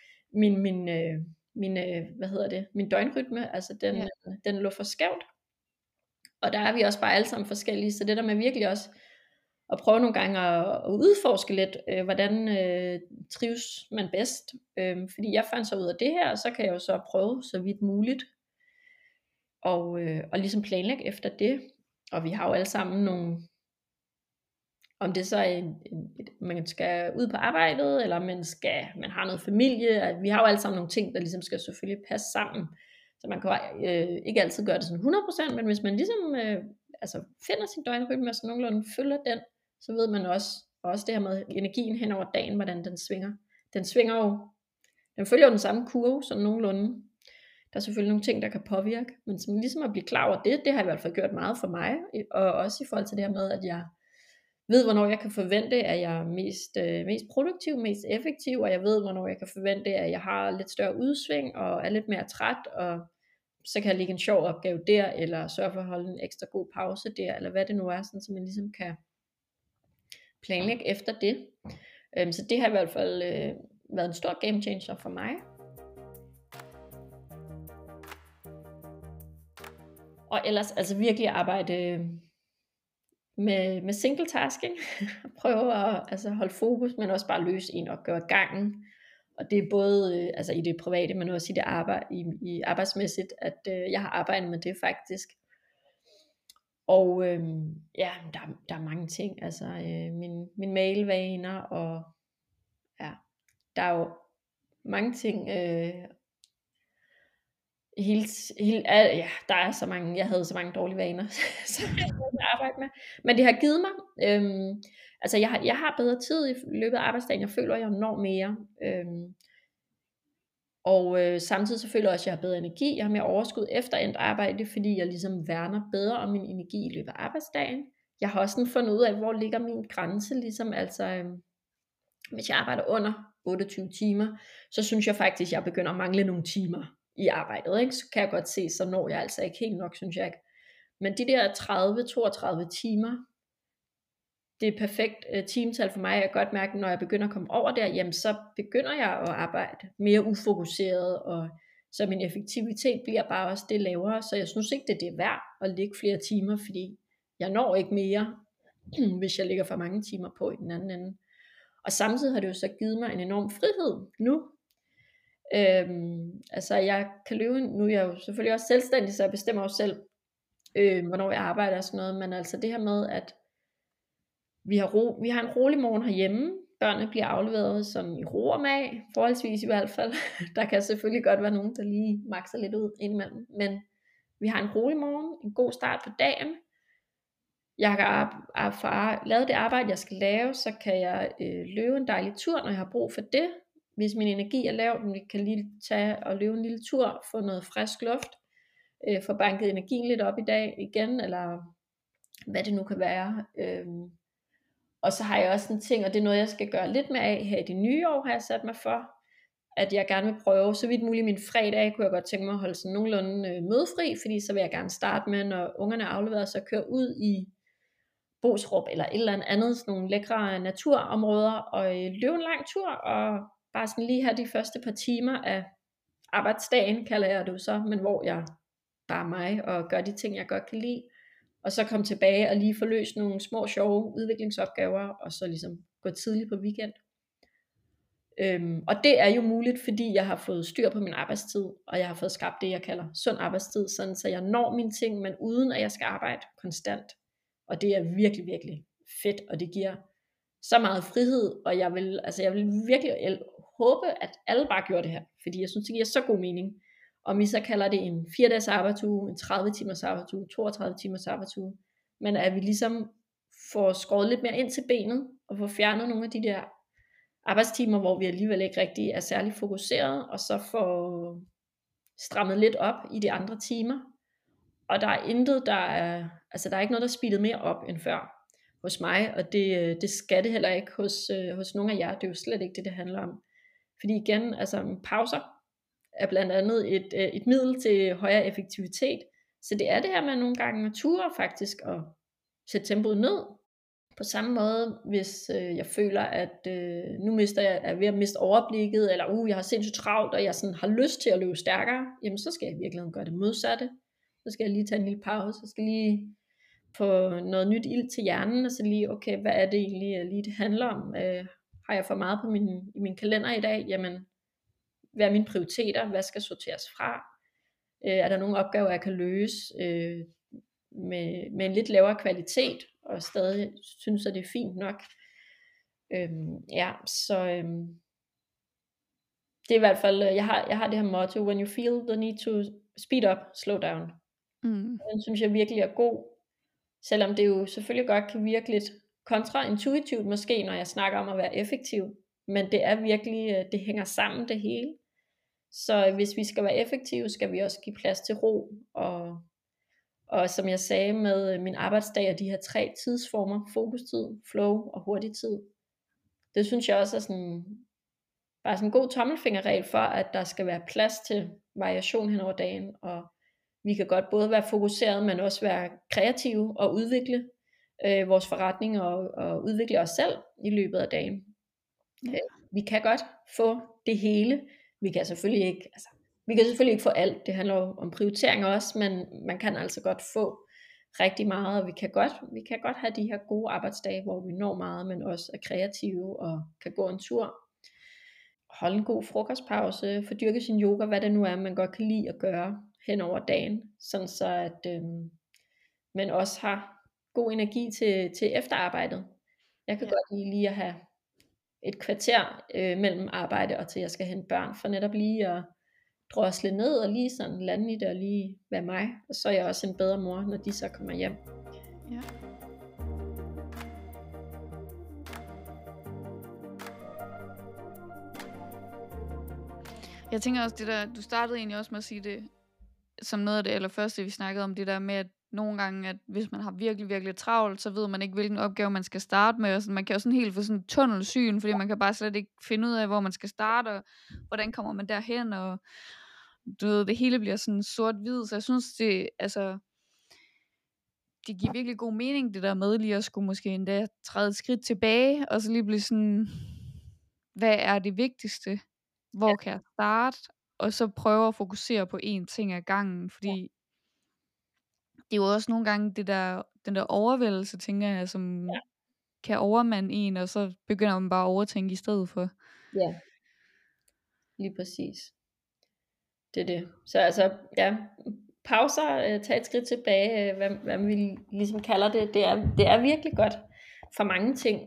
min døgnrytme, altså den lå for skævt. Og der er vi også bare alle sammen forskellige, så det der med virkelig også at prøve nogle gange at udforske lidt, hvordan trives man bedst. Fordi jeg fandt så ud af det her, og så kan jeg jo så prøve så vidt muligt, og ligesom planlægge efter det. Og vi har jo alle sammen nogle, om det så er man skal ud på arbejdet, eller man har noget familie. Vi har jo alle sammen nogle ting, der ligesom skal selvfølgelig passe sammen. Så man kan ikke altid gøre det sådan 100%, men hvis man ligesom finder sin døgnrytme og sådan nogenlunde følger den, så ved man også det her med energien hen over dagen, hvordan den svinger. Den følger jo den samme kurve sådan nogenlunde. Der er selvfølgelig nogle ting, der kan påvirke, men som ligesom at blive klar over det har i hvert fald gjort meget for mig, og også i forhold til det her med, at jeg ved, hvornår jeg kan forvente, at jeg er mest produktiv, mest effektiv, og jeg ved, hvornår jeg kan forvente, at jeg har lidt større udsving, og er lidt mere træt, og så kan jeg lægge en sjov opgave der, eller sørge for at holde en ekstra god pause der, eller hvad det nu er, sådan, så man ligesom kan planlægge efter det. Så det har i hvert fald været en stor game changer for mig. Og ellers altså virkelig arbejde med single tasking, prøve at holde fokus, men også bare løse en opgave ad gangen. Og det er både i det private, men også i det i arbejdsmæssigt, at jeg har arbejdet med det faktisk. Og der er mange ting, altså min mailvaner, og ja, der er jo mange ting. Der er så mange, jeg havde så mange dårlige vaner, som jeg havde arbejde med. Men det har givet mig, jeg har bedre tid i løbet af arbejdsdagen. Jeg føler, at jeg når mere. Og samtidig så føler jeg også, at jeg har bedre energi. Jeg har mere overskud efter endt arbejde, fordi jeg ligesom værner bedre om min energi i løbet af arbejdsdagen. Jeg har også sådan fundet ud af, hvor ligger min grænse, ligesom hvis jeg arbejder under 28 timer, så synes jeg faktisk, at jeg begynder at mangle nogle timer i arbejdet, ikke? Så kan jeg godt se, så når jeg altså ikke helt nok, synes jeg ikke. Men de der 30-32 timer, det er perfekt timetal for mig. Jeg kan godt mærke, når jeg begynder at komme over der, jamen så begynder jeg at arbejde mere ufokuseret, og så min effektivitet bliver bare også det lavere, så jeg synes ikke, det er værd at ligge flere timer, fordi jeg når ikke mere, hvis jeg ligger for mange timer på i den anden ende. Og samtidig har det jo så givet mig en enorm frihed nu. Jeg kan løbe, nu er jeg jo selvfølgelig også selvstændig, så jeg bestemmer jo selv, hvornår jeg arbejder og sådan noget, men altså det her med, at vi har en rolig morgen herhjemme, børnene bliver afleveret sådan i ro og mag, forholdsvis i hvert fald. Der kan selvfølgelig godt være nogen, der lige makser lidt ud indimellem, men vi har en rolig morgen, en god start på dagen. Jeg har lavet det arbejde, jeg skal lave, så kan jeg løbe en dejlig tur, når jeg har brug for det. Hvis min energi er lav, kan lige tage og løbe en lille tur, få noget frisk luft, få banket energien lidt op i dag igen, eller hvad det nu kan være. Og så har jeg også en ting, og det er noget, jeg skal gøre lidt mere af her i det nye år, har jeg sat mig for, at jeg gerne vil prøve, så vidt muligt min fredag, kunne jeg godt tænke mig at holde sådan nogenlunde mødefri, fordi så vil jeg gerne starte med, når ungerne er afleveret, så køre ud i Boserup eller et eller andet, sådan nogle lækre naturområder, og løbe en lang tur, og bare sådan lige have de første par timer af arbejdsdagen, kalder jeg det jo så, men hvor jeg bare er mig, og gør de ting, jeg godt kan lide, og så komme tilbage og lige få løst nogle små, sjove udviklingsopgaver, og så ligesom gå tidligt på weekend. Og det er jo muligt, fordi jeg har fået styr på min arbejdstid, og jeg har fået skabt det, jeg kalder sund arbejdstid, sådan så jeg når mine ting, men uden at jeg skal arbejde konstant. Og det er virkelig, virkelig fedt, og det giver så meget frihed, og jeg vil virkelig håbe, at alle bare gjorde det her, fordi jeg synes, det giver så god mening. Om I så kalder det en 4-dages arbejdsuge, en 30 timers arbejdsuge, 32 timers arbejdsuge, men at vi ligesom får skåret lidt mere ind til benet, og får fjernet nogle af de der arbejdstimer, hvor vi alligevel ikke rigtig er særlig fokuseret, og så får strammet lidt op i de andre timer, og der er intet, der er, altså der er ikke noget, der er speedet mere op end før hos mig, og det skal det heller ikke hos nogen af jer. Det er jo slet ikke det, det handler om. Fordi igen, altså pauser er blandt andet et middel til højere effektivitet. Så det er det her med nogle gange ture faktisk at sætte tempoet ned. På samme måde, hvis jeg føler, at nu er ved at miste overblikket, eller jeg har sindssygt travlt, og jeg sådan har lyst til at løbe stærkere, jamen så skal jeg i virkeligheden gøre det modsatte. Så skal jeg lige tage en lille pause, så skal jeg lige få noget nyt ild til hjernen, og så lige, okay, hvad er det egentlig lige det handler om? Har jeg for meget på i min kalender i dag? Jamen, hvad er mine prioriteter? Hvad skal sorteres fra? Er der nogle opgaver, jeg kan løse med en lidt lavere kvalitet, og stadig synes, at det er fint nok? Det er i hvert fald, jeg har det her motto, when you feel the need to speed up, slow down. Den synes jeg virkelig er god, selvom det jo selvfølgelig godt kan virke lidt kontraintuitivt måske, når jeg snakker om at være effektiv, men det er virkelig, det hænger sammen det hele. Så hvis vi skal være effektive, skal vi også give plads til ro, og som jeg sagde med min arbejdsdag, og de her 3 tidsformer, fokustid, flow og hurtig tid, det synes jeg også er sådan, bare sådan en god tommelfingerregel for, at der skal være plads til variation hen over dagen, og vi kan godt både være fokuseret, men også være kreative og udvikle vores forretning og udvikle os selv i løbet af dagen. Vi kan godt få det hele. Vi kan selvfølgelig ikke få alt. Det handler jo om prioritering også, men man kan altså godt få rigtig meget, og vi kan godt have de her gode arbejdsdage, hvor vi når meget, men også er kreative og kan gå en tur, holde en god frokostpause, få dyrket sin yoga, hvad det nu er, man godt kan lide at gøre hen over dagen, sådan så at man også har god energi til efterarbejdet. Jeg kan godt lide lige at have et kvarter mellem arbejde og til jeg skal hente børn, for netop lige at drosle ned og lige sådan lande i det og lige være mig, og så er jeg også en bedre mor, når de så kommer hjem. Ja. Jeg tænker også det der, du startede egentlig også med at sige det, som noget af det allerførste, vi snakkede om, det der med, at nogle gange, at hvis man har virkelig, virkelig travlt, så ved man ikke, hvilken opgave man skal starte med, og sådan, man kan jo sådan helt få sådan tunnelsyn, fordi man kan bare slet ikke finde ud af, hvor man skal starte, og hvordan kommer man derhen, og du ved, det hele bliver sådan sort-hvid, så jeg synes, det giver virkelig god mening, det der med lige at skulle måske endda træde et skridt tilbage, og så lige blive sådan, hvad er det vigtigste? Hvor kan jeg starte? Og så prøve at fokusere på én ting ad gangen, fordi det er jo også nogle gange den der overvældelse, tænker jeg, som kan overmande en, og så begynder man bare at overtænke i stedet for. Ja, lige præcis. Det er det. Så altså, pauser, tage et skridt tilbage, hvad vi ligesom kalder det, det er virkelig godt for mange ting.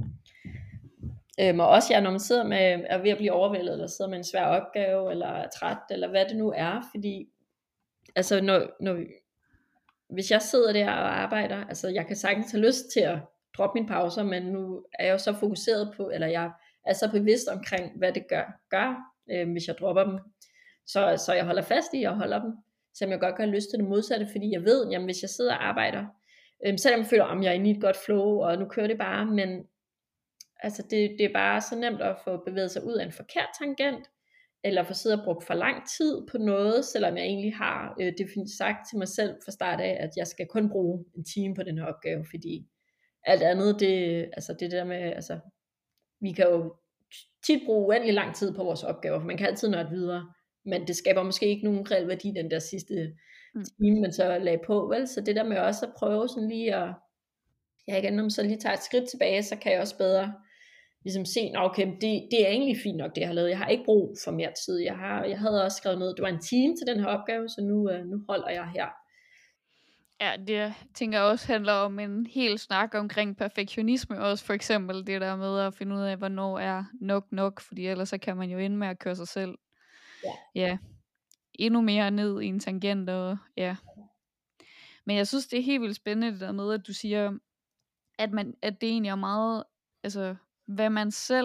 Og også når man sidder med, er ved at blive overvældet, eller sidder med en svær opgave, eller er træt, eller hvad det nu er, fordi altså hvis jeg sidder der og arbejder, altså jeg kan sagtens have lyst til at droppe mine pauser, men nu er jeg jo så fokuseret på, eller jeg er så bevidst omkring, hvad det gør hvis jeg dropper dem, så jeg holder fast i og holder dem, selvom jeg godt kan have lyst til det modsatte, fordi jeg ved, jamen hvis jeg sidder og arbejder, selvom jeg føler, om jeg er inde i et godt flow, og nu kører det bare, men altså det er bare så nemt at få bevæget sig ud af en forkert tangent, eller få siddet og brugt for lang tid på noget, selvom jeg egentlig har sagt til mig selv fra start af, at jeg skal kun bruge en time på den her opgave, fordi alt andet, det der med, altså vi kan jo tit bruge uendelig lang tid på vores opgaver, for man kan altid nå videre, men det skaber måske ikke nogen reel værdi, den der sidste time, man så lagde på, vel? Så det der med også at prøve sådan lige at, igen, når man så lige tager et skridt tilbage, så kan jeg også bedre ligesom se, okay, det er egentlig fint nok, det jeg har lavet. Jeg har ikke brug for mere tid. Jeg havde også skrevet noget, det var en time til den her opgave, så nu holder jeg her. Ja, det tænker jeg også handler om en hel snak omkring perfektionisme, også for eksempel det der med at finde ud af, hvornår er nok, fordi ellers så kan man jo ende med at køre sig selv endnu mere ned i en tangent, og Men jeg synes, det er helt vildt spændende det der med, at du siger, at det egentlig er meget, altså hvad man selv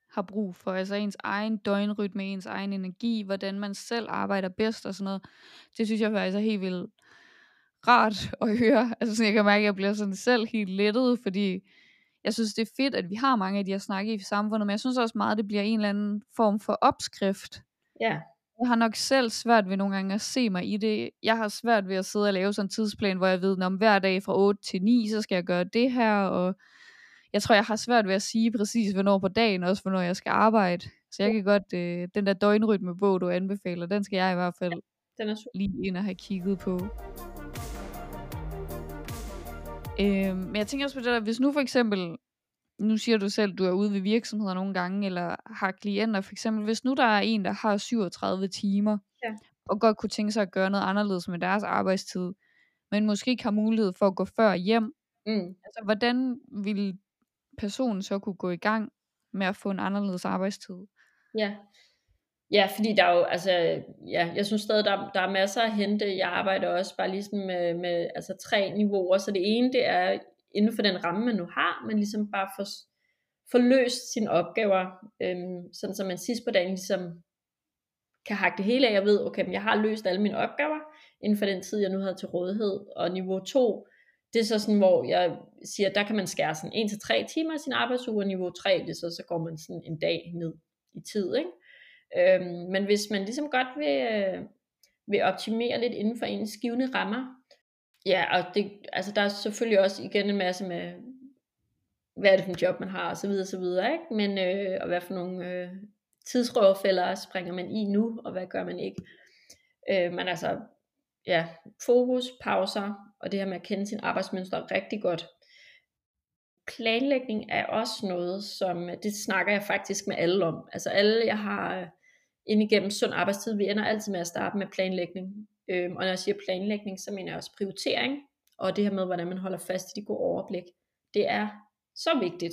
har brug for. Altså ens egen døgnrytme, ens egen energi, hvordan man selv arbejder bedst og sådan noget. Det synes jeg faktisk er helt vildt rart at høre. Altså sådan, jeg kan mærke, at jeg bliver sådan selv helt lettet, fordi jeg synes, det er fedt, at vi har mange af de her snakke i samfundet, men jeg synes også meget, det bliver en eller anden form for opskrift. Ja. Jeg har nok selv svært ved nogle gange at se mig i det. Jeg har svært ved at sidde og lave sådan en tidsplan, hvor jeg ved, om hver dag fra 8 til 9, så skal jeg gøre det her, og jeg tror, jeg har svært ved at sige præcis, hvornår på dagen, også hvornår jeg skal arbejde. Så jeg kan godt, den der døgnrytmebog, du anbefaler, den skal jeg i hvert fald Den er super. lige ind og have kigget på. Men jeg tænker også på det der, hvis nu for eksempel, nu siger du selv, du er ude ved virksomheder nogle gange, eller har klienter for eksempel, hvis nu der er en, der har 37 timer, Ja. og godt kunne tænke sig at gøre noget anderledes med deres arbejdstid, men måske ikke har mulighed for at gå før hjem, altså hvordan vil personen så kunne gå i gang med at få en anderledes arbejdstid? Ja, fordi der er jo, altså, ja, jeg synes stadig, der er masser at hente. Jeg arbejder også bare ligesom med altså 3 niveauer, så det ene, det er inden for den ramme, man nu har, men ligesom bare få løst sine opgaver, sådan så man sidst på dagen ligesom kan hakke det hele af, og ved, okay, men jeg har løst alle mine opgaver, inden for den tid, jeg nu havde til rådighed. Og niveau 2, det er så sådan, hvor jeg siger, der kan man skære sådan 1-3 timer af sin arbejdsuge, og niveau 3, det er så går man sådan en dag ned i tid, ikke? Men hvis man ligesom godt vil optimere lidt inden for ens givne rammer, ja, og det, altså der er selvfølgelig også igen en masse med, hvad er det for en job man har, og så videre, ikke? Men, og hvad for nogle tidsrøverfælder springer man i nu, og hvad gør man ikke? Men altså, ja, fokus, pauser, og det her med at kende sin arbejdsmønster er rigtig godt. Planlægning er også noget, som, det snakker jeg faktisk med alle om. Altså alle, jeg har ind igennem sund arbejdstid, vi ender altid med at starte med planlægning. Og når jeg siger planlægning, så mener jeg også prioritering, og det her med, hvordan man holder fast i det gode overblik. Det er så vigtigt.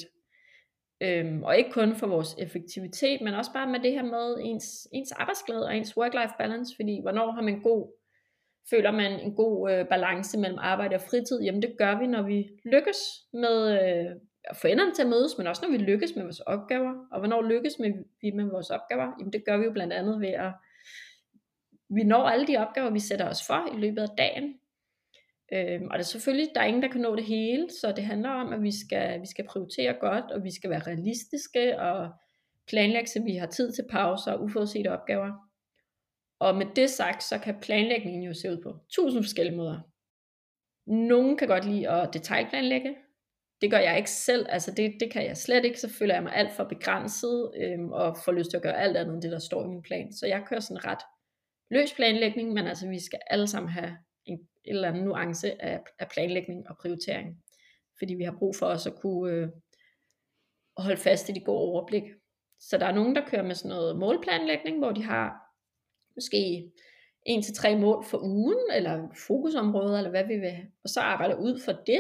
Og ikke kun for vores effektivitet, men også bare med det her med ens arbejdsglæde og ens work-life balance, fordi hvornår har man føler man en god balance mellem arbejde og fritid? Jamen det gør vi, når vi lykkes med at få enderne til at mødes, men også når vi lykkes med vores opgaver. Og hvornår lykkes vi med vores opgaver? Jamen det gør vi jo blandt andet ved at vi når alle de opgaver, vi sætter os for i løbet af dagen. Og det er selvfølgelig, der er ingen, der kan nå det hele, så det handler om, at vi skal prioritere godt, og vi skal være realistiske, og planlægge, så vi har tid til pauser og uforudsete opgaver. Og med det sagt, så kan planlægningen jo se ud på 1000 forskellige måder. Nogen kan godt lide at detaljplanlægge. Det gør jeg ikke selv, altså det kan jeg slet ikke, så føler jeg mig alt for begrænset, og får lyst til at gøre alt andet end det, der står i min plan. Så jeg kører sådan ret løs planlægning, men altså vi skal alle sammen have en eller anden nuance af planlægning og prioritering. Fordi vi har brug for også at kunne holde fast i de gode overblik. Så der er nogen, der kører med sådan noget målplanlægning, hvor de har måske 1-3 mål for ugen, eller fokusområder, eller hvad vi vil, og så arbejder ud for det.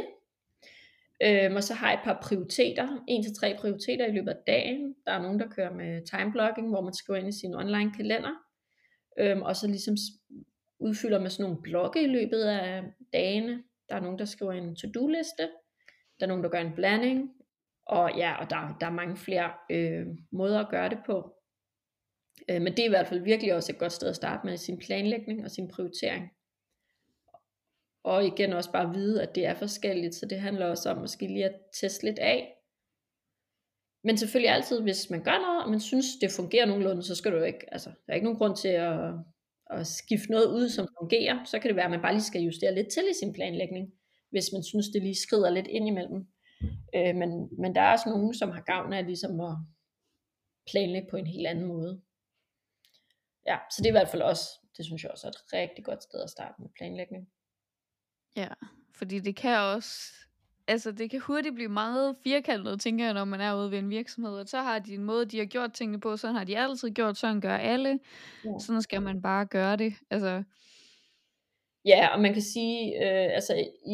Og så har jeg et par prioriteter, 1-3 prioriteter i løbet af dagen. Der er nogen, der kører med timeblocking, hvor man skriver ind i sin online kalender, og så ligesom udfylder med sådan nogle blokke i løbet af dagene. Der er nogen, der skriver en to-do-liste, der er nogen, der gør en blanding, og ja, og der er mange flere måder at gøre det på. Men det er i hvert fald virkelig også et godt sted at starte med sin planlægning og sin prioritering. Og igen også bare vide, at det er forskelligt, så det handler også om måske lige at teste lidt af. Men selvfølgelig altid, hvis man gør noget, og man synes, det fungerer nogenlunde, så skal du ikke, altså der er ikke nogen grund til at skifte noget ud, som fungerer. Så kan det være, at man bare lige skal justere lidt til i sin planlægning, hvis man synes, det lige skrider lidt ind imellem. Men der er også nogen, som har gavn af ligesom at planlægge på en helt anden måde. Ja, så det er i hvert fald også, det synes jeg også er et rigtig godt sted at starte med planlægning. Ja, fordi det kan også, altså det kan hurtigt blive meget firkantet, tænker jeg, når man er ude ved en virksomhed, og så har de en måde, de har gjort tingene på, sådan har de altid gjort, sådan gør alle, sådan skal man bare gøre det, altså. Ja, og man kan sige, altså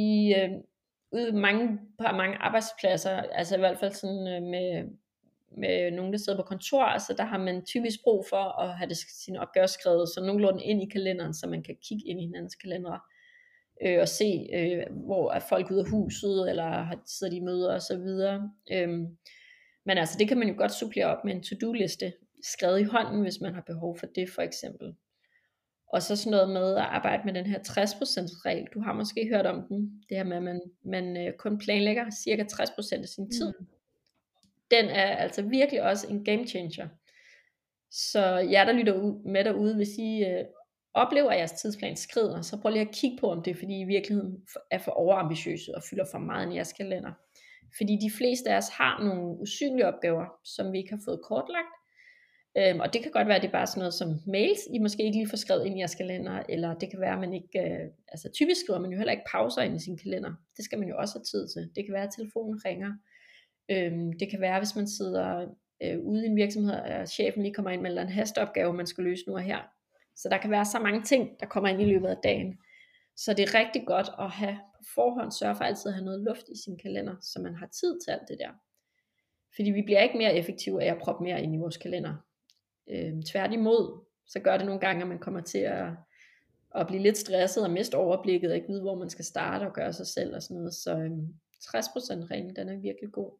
ude på mange arbejdspladser, altså i hvert fald sådan med nogen, der sidder på kontor, altså der har man typisk brug for at have sine opgaver skrevet så nogenlunde ind i kalenderen, så man kan kigge ind i hinandens kalendere og se, hvor er folk ude af huset, eller sidder de i møder og så videre. Men altså, det kan man jo godt supplere op med en to-do-liste, skrevet i hånden, hvis man har behov for det, for eksempel. Og så sådan noget med at arbejde med den her 60% regel. Du har måske hørt om den. Det her med, at man kun planlægger cirka 60% af sin tid. Den er altså virkelig også en game changer. Så jer, der lytter med derude, hvis I oplever, at jeres tidsplan skrider, så prøv lige at kigge på, om det er, fordi I i virkeligheden er for overambitiøse og fylder for meget i jeres kalender. Fordi de fleste af os har nogle usynlige opgaver, som vi ikke har fået kortlagt. Og det kan godt være, at det er bare sådan noget som mails, I måske ikke lige får skrevet ind i jeres kalender, eller det kan være, at man ikke, altså typisk skriver man jo heller ikke pauser ind i sin kalender. Det skal man jo også have tid til. Det kan være, at telefonen ringer. Det kan være, hvis man sidder ude i en virksomhed, og chefen lige kommer ind med en hasteopgave, man skal løse nu og her. Så der kan være så mange ting, der kommer ind i løbet af dagen. Så det er rigtig godt at have på forhånd, sørge for altid at have noget luft i sin kalender, så man har tid til alt det der. Fordi vi bliver ikke mere effektive af at proppe mere ind i vores kalender. Tværtimod, så gør det nogle gange, at man kommer til at blive lidt stresset og miste overblikket, og ikke vide, hvor man skal starte og gøre sig selv og sådan noget. Så 60% reglen, den er virkelig god.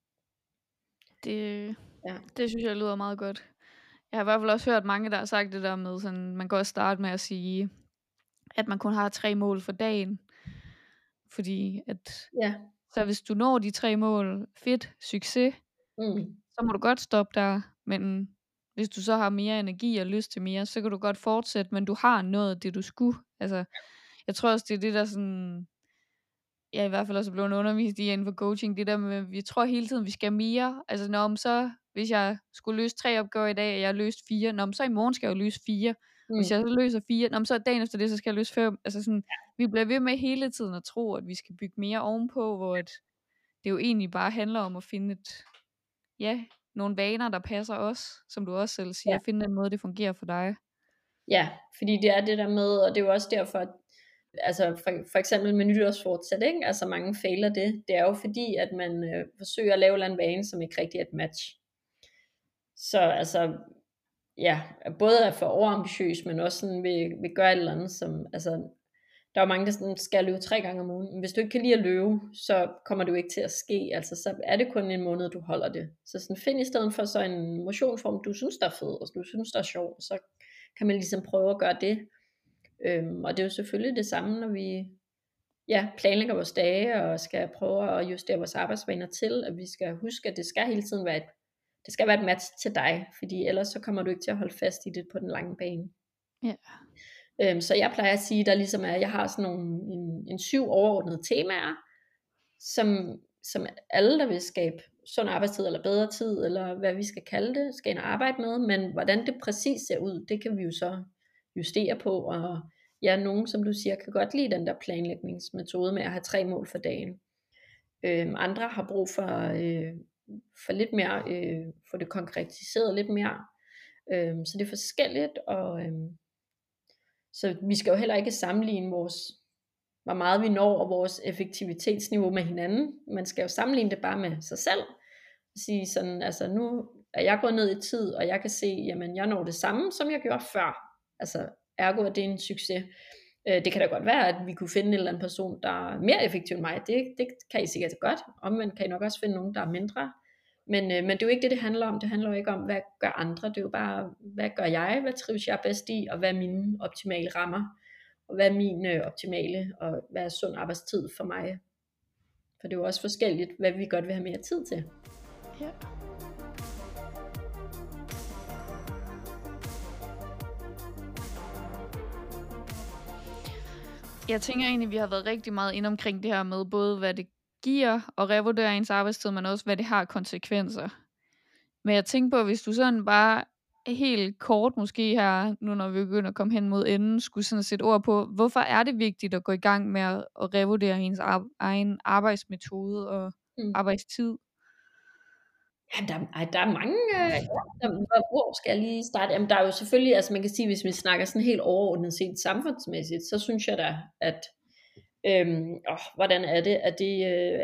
Det synes jeg lyder meget godt. Jeg har i hvert fald også hørt mange, der har sagt det der med, sådan, man kan også starte med at sige, at man kun har 3 mål for dagen. Fordi at, så hvis du når de 3 mål, fedt, succes, så må du godt stoppe der. Men hvis du så har mere energi og lyst til mere, så kan du godt fortsætte, men du har nået det, du skulle. Altså, jeg tror også, det er det, der sådan, jeg i hvert fald også er blevet undervist i inden for coaching, det der med, vi tror hele tiden, vi skal mere. Altså, så hvis jeg skulle løse 3 opgaver i dag, og jeg har løst 4, så i morgen skal jeg jo løse 4. Hvis jeg så løser 4, så dagen efter det, så skal jeg løse 5. Altså sådan, vi bliver ved med hele tiden at tro, at vi skal bygge mere ovenpå, hvor det jo egentlig bare handler om at finde nogle vaner, der passer os, som du også selv siger, at finde den måde, det fungerer for dig. Ja, fordi det er det der med, og det er jo også derfor, altså for eksempel med nytårsfortsæt, ikke? Altså mange fejler det. Det er jo fordi, at man forsøger at lave en vane, som ikke rigtig er et match. Så altså, både er for overambitiøs, men også sådan vil gøre et eller andet, som, altså, der er jo mange, der sådan skal løbe 3 gange om ugen. Men hvis du ikke kan lide at løbe, så kommer det jo ikke til at ske. Altså, så er det kun en måned, du holder det. Så sådan, find i stedet for så en motionsform, du synes, der er fed, og du synes, der er sjov. Så kan man ligesom prøve at gøre det. Og det er jo selvfølgelig det samme, når vi planlægger vores dage, og skal prøve at justere vores arbejdsvaner til, at vi skal huske, at det skal hele tiden være et match til dig, fordi ellers så kommer du ikke til at holde fast i det på den lange bane. Så jeg plejer at sige, der ligesom er, jeg har sådan en 7 overordnede temaer, som alle, der vil skabe sund arbejdstid, eller bedre tid, eller hvad vi skal kalde det, skal ind og arbejde med, men hvordan det præcis ser ud, det kan vi jo så justere på, og nogen, som du siger, kan godt lide den der planlægningsmetode med at have 3 mål for dagen. Andre har brug for lidt mere, få det konkretiseret lidt mere, så det er forskelligt, og så vi skal jo heller ikke sammenligne hvor meget vi når, og vores effektivitetsniveau med hinanden. Man skal jo sammenligne det bare med sig selv. Sige sådan, altså nu er jeg gået ned i tid, og jeg kan se, jamen jeg når det samme, som jeg gjorde før. Altså ergo er det en succes. Det kan da godt være, at vi kunne finde en eller anden person, der er mere effektiv end mig. Det kan I sikkert godt. Omvendt kan I nok også finde nogen, der er mindre. Men det er jo ikke det handler om. Det handler jo ikke om, hvad gør andre. Det er jo bare, hvad gør jeg? Hvad trives jeg bedst i? Og hvad er mine optimale rammer? Og hvad er min optimale, og hvad er sund arbejdstid for mig? For det er jo også forskelligt, hvad vi godt vil have mere tid til. Ja. Jeg tænker egentlig, at vi har været rigtig meget inde omkring det her med både, hvad det giver og revurdere ens arbejdstid, men også, hvad det har konsekvenser. Men jeg tænker på, hvis du sådan bare helt kort måske her, nu når vi begynder at komme hen mod enden, skulle sådan sætte ord på, hvorfor er det vigtigt at gå i gang med at revurdere ens egen arbejdsmetode og arbejdstid? Ja, der er mange, hvor skal jeg lige starte? Jamen, der er jo selvfølgelig, altså man kan sige, hvis vi snakker sådan helt overordnet set samfundsmæssigt, så synes jeg da, at hvordan er det, at det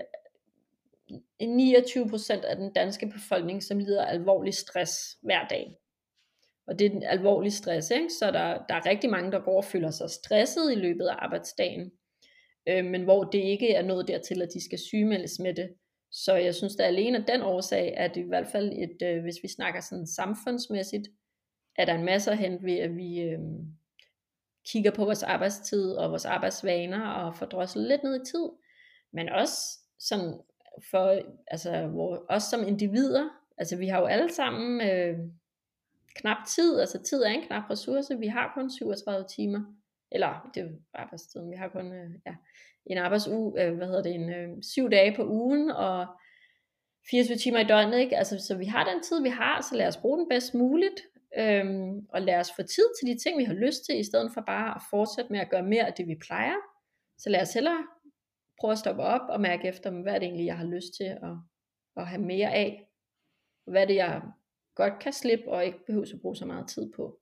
29% af den danske befolkning, som lider af alvorlig stress hver dag. Og det er en alvorlig stress, ikke? Så der er rigtig mange, der går og føler sig stresset i løbet af arbejdsdagen, men hvor det ikke er nået dertil, at de skal sygemeldes med det. Så jeg synes, at alene af den årsag, at i hvert fald hvis vi snakker sådan samfundsmæssigt, er der en masse at hente ved, at vi kigger på vores arbejdstid og vores arbejdsvaner og får droslet lidt ned i tid, men også sådan for, altså os som individer, altså vi har jo alle sammen knap tid, altså tid er en knap ressource, vi har kun 37 timer, eller det er jo arbejdstiden, vi har kun en arbejdsuge, 7 dage på ugen, og 24 timer i døgnet, ikke? Altså, så vi har den tid, vi har, så lad os bruge den bedst muligt, og lad os få tid til de ting, vi har lyst til, i stedet for bare at fortsætte med at gøre mere af det, vi plejer. Så lad os hellere prøve at stoppe op og mærke efter, hvad er det egentlig, jeg har lyst til at have mere af. Hvad er det, jeg godt kan slippe, og ikke behøver at bruge så meget tid på.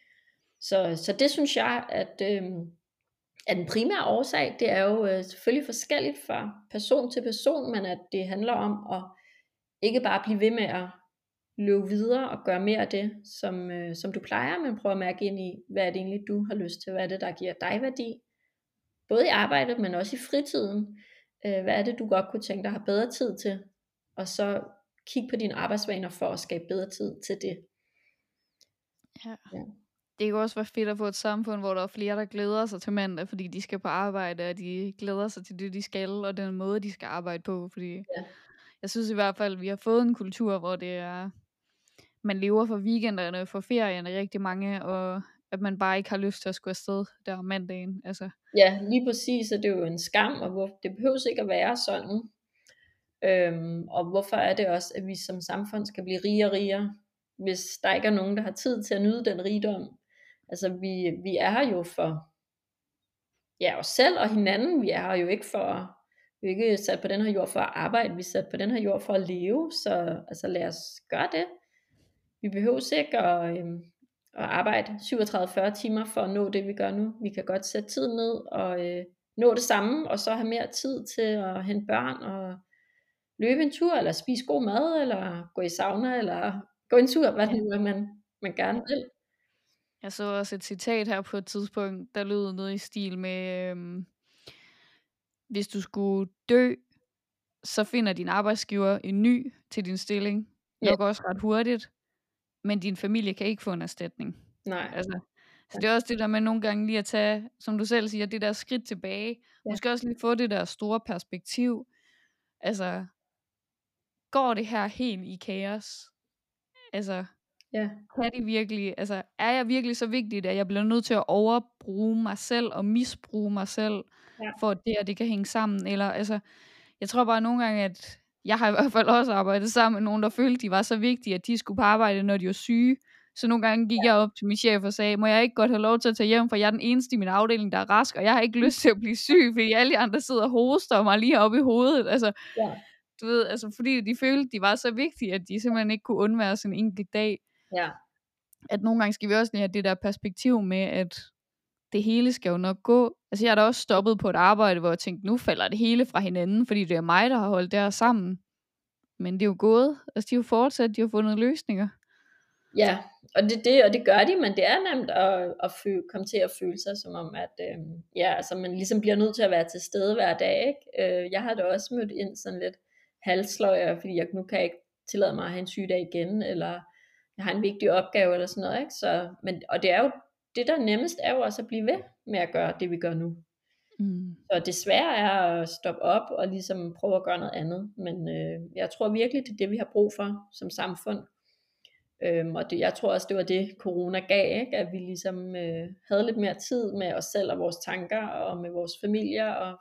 Så det synes jeg, at den primære årsag, det er jo selvfølgelig forskelligt fra person til person, men at det handler om at ikke bare blive ved med at løbe videre og gøre mere af det, som du plejer, men prøve at mærke ind i, hvad er det egentlig, du har lyst til, hvad er det, der giver dig værdi, både i arbejdet, men også i fritiden. Hvad er det, du godt kunne tænke dig at have bedre tid til, og så kig på dine arbejdsvaner for at skabe bedre tid til det. Ja. Det kan også være fedt at få et samfund, hvor der er flere, der glæder sig til mandag, fordi de skal på arbejde, og de glæder sig til det, de skal, og den måde, de skal arbejde på. Fordi jeg synes i hvert fald, at vi har fået en kultur, hvor det er, man lever for weekenderne, for ferierne rigtig mange, og at man bare ikke har lyst til at skulle afsted der om mandagen. Altså. Ja, lige præcis, og det er jo en skam, og det behøves ikke at være sådan. Og hvorfor er det også, at vi som samfund skal blive rigere og rigere, hvis der ikke er nogen, der har tid til at nyde den rigdom. Altså vi er her jo for os selv og hinanden. Vi er her jo ikke for, vi er ikke sat på den her jord for at arbejde, vi er sat på den her jord for at leve. Så altså lad os gøre det. Vi behøver ikke at arbejde 37-40 timer for at nå det, vi gør nu. Vi kan godt sætte tiden ned og nå det samme, og så have mere tid til at hente børn og løbe en tur, eller spise god mad, eller gå i sauna, eller gå en tur, hvad det nu man gerne vil. Jeg så også et citat her på et tidspunkt, der lød noget i stil med, hvis du skulle dø, så finder din arbejdsgiver en ny til din stilling. Nok også ret hurtigt, men din familie kan ikke få en erstatning. Nej. Altså, så det er også det der med nogle gange lige at tage, som du selv siger, det der skridt tilbage. Måske også lige få det der store perspektiv. Altså, går det her helt i kaos? Altså, kan det virkelig, altså, er jeg virkelig så vigtigt, at jeg bliver nødt til at overbruge mig selv og misbruge mig selv, for at det kan hænge sammen? Eller, altså, jeg tror bare nogle gange, at jeg har i hvert fald også arbejdet sammen med nogen, der følte, de var så vigtige, at de skulle på arbejde, når de var syge. Så nogle gange gik jeg op til min chef og sagde, må jeg ikke godt have lov til at tage hjem, for jeg er den eneste i min afdeling, der er rask, og jeg har ikke lyst til at blive syg, fordi alle de andre sidder og hoster mig lige oppe i hovedet. Altså, du ved, altså, fordi de følte, de var så vigtige, at de simpelthen ikke kunne undvære sådan en enkelt dag. Ja. At nogle gange skal vi også lige have det der perspektiv med, at det hele skal jo nok gå. Altså jeg har da også stoppet på et arbejde, hvor jeg tænkte, nu falder det hele fra hinanden, fordi det er mig, der har holdt det her sammen. Men det er jo gået. Altså de har jo fortsat, de har fundet løsninger. Ja, og det gør de, men det er nemt at komme til at føle sig som om, at altså man ligesom bliver nødt til at være til stede hver dag, ikke? Jeg har da også mødt ind sådan lidt halsløjer, fordi nu kan jeg ikke tillade mig at have en sygedag igen, eller jeg har en vigtig opgave, eller sådan noget, ikke? Og det er jo, det der nemmest er jo også at blive ved med at gøre det, vi gør nu. Så det svære er at stoppe op og ligesom prøve at gøre noget andet, men jeg tror virkelig, det er det, vi har brug for som samfund. Og jeg tror også, det var det, corona gav, ikke? At vi ligesom havde lidt mere tid med os selv og vores tanker og med vores familier, og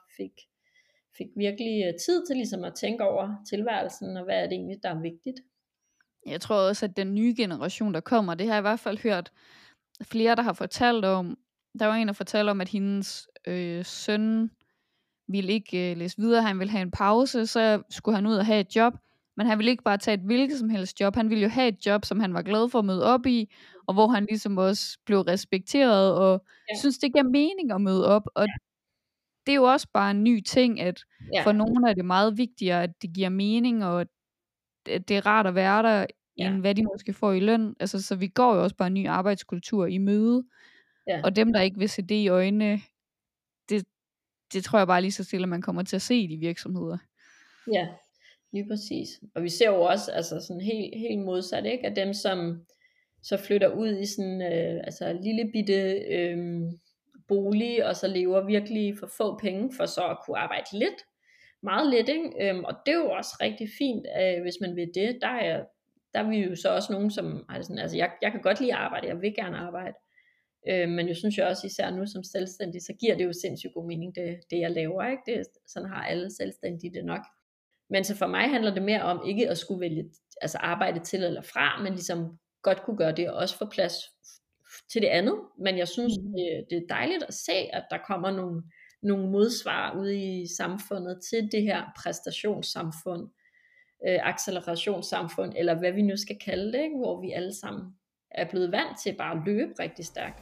fik virkelig tid til ligesom at tænke over tilværelsen, og hvad er det egentlig, der er vigtigt. Jeg tror også, at den nye generation, der kommer, det har jeg i hvert fald hørt flere, der har fortalt om. Der var en, der fortalte om, at hendes søn ville ikke læse videre, han ville have en pause, så skulle han ud og have et job. Men han ville ikke bare tage et hvilket som helst job. Han ville jo have et job, som han var glad for at møde op i, og hvor han ligesom også blev respekteret, og synes, det giver mening at møde op. Og det er jo også bare en ny ting, at for nogen er det meget vigtigere, at det giver mening, og det er rart at være der, end hvad de måske får i løn. Altså, så vi går jo også bare en ny arbejdskultur i møde. Og dem, der ikke vil se det i øjnene, det tror jeg bare lige så stille, at man kommer til at se i de virksomheder. Ja. lige præcis. Og vi ser jo også altså sådan helt modsat, ikke? Af dem, som så flytter ud i sådan altså lille bitte bolig, og så lever virkelig for få penge, for så at kunne arbejde lidt, meget lidt, ikke? Og det er jo også rigtig fint, hvis man vil det. Der er vi jo så også nogen, som har sådan, altså jeg kan godt lide at arbejde, jeg vil gerne arbejde, men jeg synes jo også, især nu som selvstændig, så giver det jo sindssygt god mening, det jeg laver, ikke? Det, sådan har alle selvstændige det nok. Men så for mig handler det mere om ikke at skulle vælge altså arbejde til eller fra, men ligesom godt kunne gøre det og også få plads til det andet. Men jeg synes, det er dejligt at se, at der kommer nogle modsvar ude i samfundet til det her præstationssamfund, accelerationssamfund, eller hvad vi nu skal kalde det, ikke? Hvor vi alle sammen er blevet vant til bare at løbe rigtig stærkt.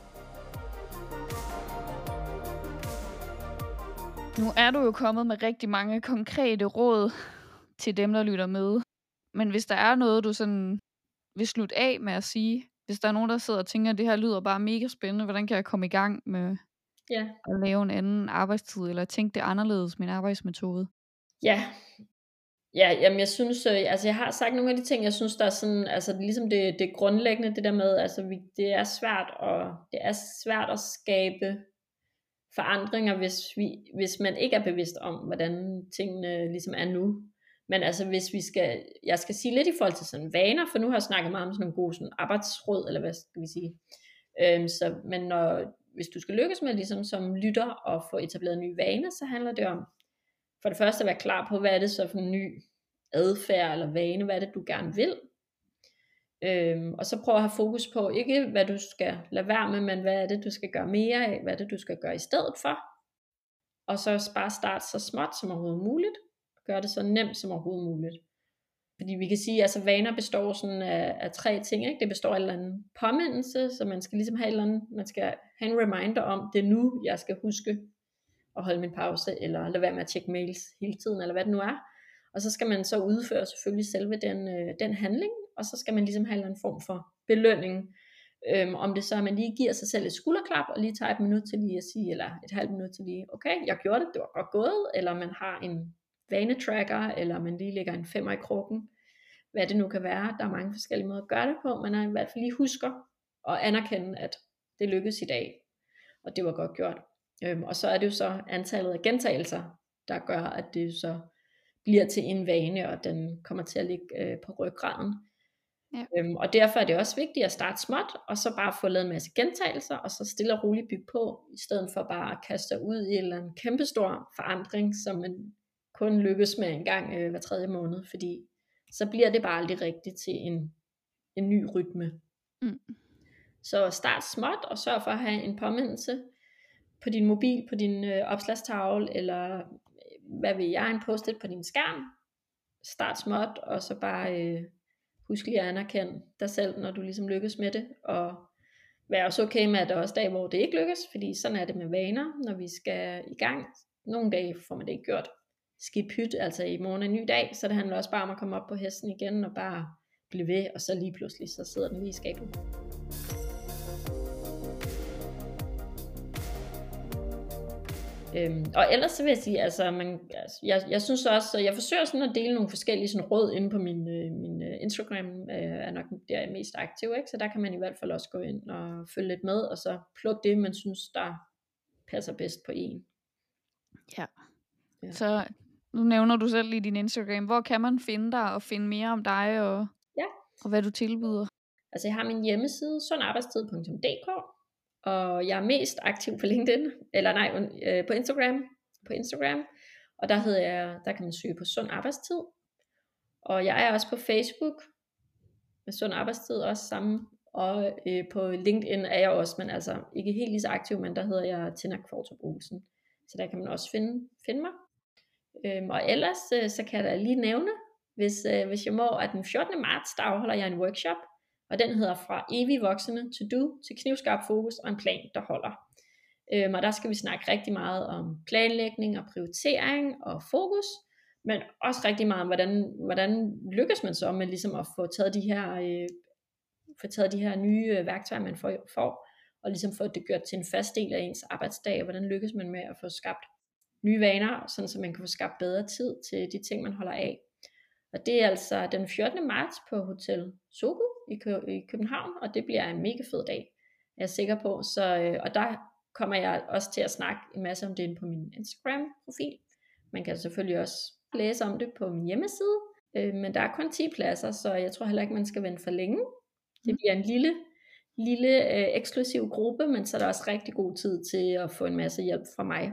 Nu er du jo kommet med rigtig mange konkrete råd til dem, der lytter med. Men hvis der er noget, du sådan vil slutte af med at sige, hvis der er nogen, der sidder og tænker, at det her lyder bare mega spændende, hvordan kan jeg komme i gang med at lave en anden arbejdstid, eller tænke det anderledes med en arbejdsmetode? Ja, jamen jeg synes, altså jeg har sagt nogle af de ting, jeg synes, der er sådan, altså ligesom det grundlæggende, det der med, altså det er svært at skabe forandringer, hvis man ikke er bevidst om, hvordan tingene ligesom er nu. Men altså hvis jeg skal sige lidt i forhold til sådan vaner, for nu har jeg snakket meget om sådan nogle gode sådan arbejdsråd, eller hvad skal vi sige. Men hvis du skal lykkes med ligesom som lytter at få etableret nye vaner, så handler det om for det første at være klar på, hvad er det så for en ny adfærd eller vane, hvad er det du gerne vil. Og så prøv at have fokus på, ikke hvad du skal lade være med, men hvad er det du skal gøre mere af, hvad er det du skal gøre i stedet for. Og så bare starte så småt som overhovedet muligt, gør det så nemt som overhovedet muligt. Fordi vi kan sige, at altså vaner består sådan af 3 ting, ikke? Det består af en eller anden påmindelse, så man skal ligesom have man skal have en reminder om, det er nu jeg skal huske at holde min pause, eller lade være med at tjekke mails hele tiden, eller hvad det nu er. Og så skal man så udføre selvfølgelig selve den handling, og så skal man ligesom have en form for belønning. Om det så, at man lige giver sig selv et skulderklap, og lige tager et minut til lige at sige, eller et halvt minut til lige, okay, jeg gjorde det, det var godt gået, eller man har en vanetracker, eller man lige lægger en 5'er i krukken, hvad det nu kan være. Der er mange forskellige måder at gøre det på, men i hvert fald lige husker at anerkende, at det lykkedes i dag, og det var godt gjort. Og så er det jo så antallet af gentagelser, der gør, at det så bliver til en vane, og den kommer til at ligge på ryggraden. Ja. Og derfor er det også vigtigt at starte småt, og så bare få lavet en masse gentagelser, og så stille og roligt bygge på, i stedet for bare at kaste ud i en eller anden kæmpestor forandring, som man kun lykkes med en gang hver 3. måned, fordi så bliver det bare aldrig rigtigt til en ny rytme. Så start småt, og sørg for at have en påmindelse på din mobil, på din opslagstavle, eller hvad ved jeg, en post-it på din skærm. Start småt, og så bare husk lige at anerkende dig selv, når du ligesom lykkes med det, og vær også okay med, at der er også dage, hvor det ikke lykkes, fordi sådan er det med vaner, når vi skal i gang. Nogle dage får man det ikke gjort skidt pyt, altså i morgen er en ny dag, så det handler også bare om at komme op på hesten igen, og bare blive ved, og så lige pludselig, så sidder den lige i skabet. Og ellers så vil jeg sige, altså, jeg synes også, jeg forsøger sådan at dele nogle forskellige sådan råd inde på min Instagram, er nok der jeg er mest aktiv, ikke? Så der kan man i hvert fald også gå ind og følge lidt med, og så plukke det, man synes, der passer bedst på en. Ja. Så nu nævner du selv i din Instagram, hvor kan man finde dig og finde mere om dig og hvad du tilbyder? Altså jeg har min hjemmeside sundarbejdstid.dk, og jeg er mest aktiv på LinkedIn, eller på Instagram, og der kan man søge på Sund Arbejdstid, og jeg er også på Facebook med Sund Arbejdstid også sammen, og på LinkedIn er jeg også, men altså ikke helt lige så aktiv, men der hedder jeg Tina Kvartrup Olsen, så der kan man også finde mig. Og ellers så kan jeg da lige nævne, hvis jeg må, at den 14. marts, der afholder jeg en workshop, og den hedder Fra evig voksende to do til knivskarp fokus og en plan, der holder. Og der skal vi snakke rigtig meget om planlægning og prioritering og fokus, men også rigtig meget om, hvordan lykkes man så med ligesom at få taget de her nye værktøjer, man får, og ligesom få det gjort til en fast del af ens arbejdsdag, og hvordan lykkes man med at få skabt nye vaner, sådan så man kan få skabt bedre tid til de ting, man holder af. Og det er altså den 14. marts på Hotel Sogo i København, og det bliver en mega fed dag, er jeg sikker på. Så, og der kommer jeg også til at snakke en masse om det inde på min Instagram-profil. Man kan selvfølgelig også læse om det på min hjemmeside, men der er kun 10 pladser, så jeg tror heller ikke, man skal vente for længe. Det bliver en lille eksklusiv gruppe, men så er der også rigtig god tid til at få en masse hjælp fra mig.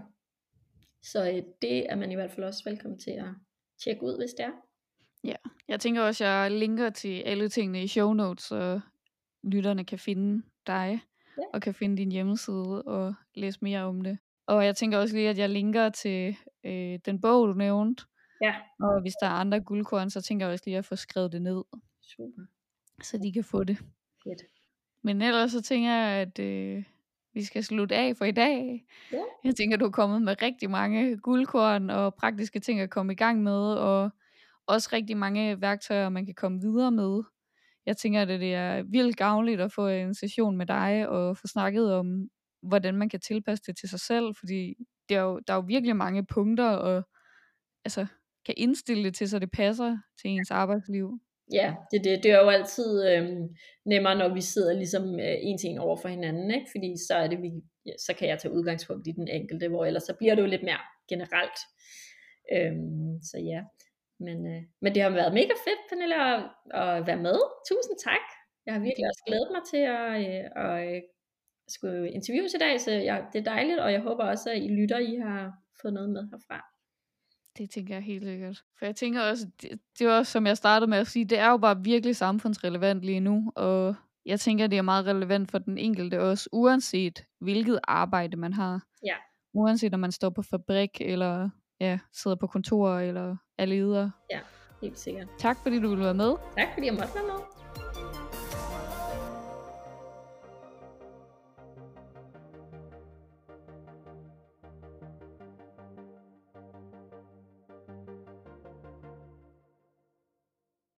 Så det er man i hvert fald også velkommen til at tjekke ud, hvis det er. Ja, jeg tænker også, at jeg linker til alle tingene i show notes, så lytterne kan finde dig, og kan finde din hjemmeside og læse mere om det. Og jeg tænker også lige, at jeg linker til den bog, du nævnte. Ja. Og hvis der er andre guldkorn, så tænker jeg også lige at få skrevet det ned. Super. Så de kan få det. Fedt. Men ellers så tænker jeg, at vi skal slutte af for i dag. Ja. Jeg tænker, du er kommet med rigtig mange guldkorn og praktiske ting at komme i gang med, og også rigtig mange værktøjer, man kan komme videre med. Jeg tænker, at det er vildt gavnligt at få en session med dig og få snakket om, hvordan man kan tilpasse det til sig selv, fordi der er jo virkelig mange punkter, og altså kan indstille det til, så det passer til ens arbejdsliv. Ja, det er jo altid nemmere, når vi sidder ligesom en til en over for hinanden, ikke? Fordi så kan jeg tage udgangspunkt i den enkelte, hvor ellers så bliver det jo lidt mere generelt. Så ja, men det har været mega fedt, Pernille, at være med. Tusind tak. Jeg har virkelig også glædet mig til at skulle interviews i dag, så det er dejligt, og jeg håber også, at I lytter, I har fået noget med herfra. Det tænker jeg helt sikkert. For jeg tænker også, det var også, som jeg startede med at sige, det er jo bare virkelig samfundsrelevant lige nu, og jeg tænker, det er meget relevant for den enkelte også, uanset hvilket arbejde man har. Ja. Uanset om man står på fabrik, eller sidder på kontor, eller er leder. Ja, helt sikkert. Tak fordi du ville være med. Tak fordi jeg måtte være med.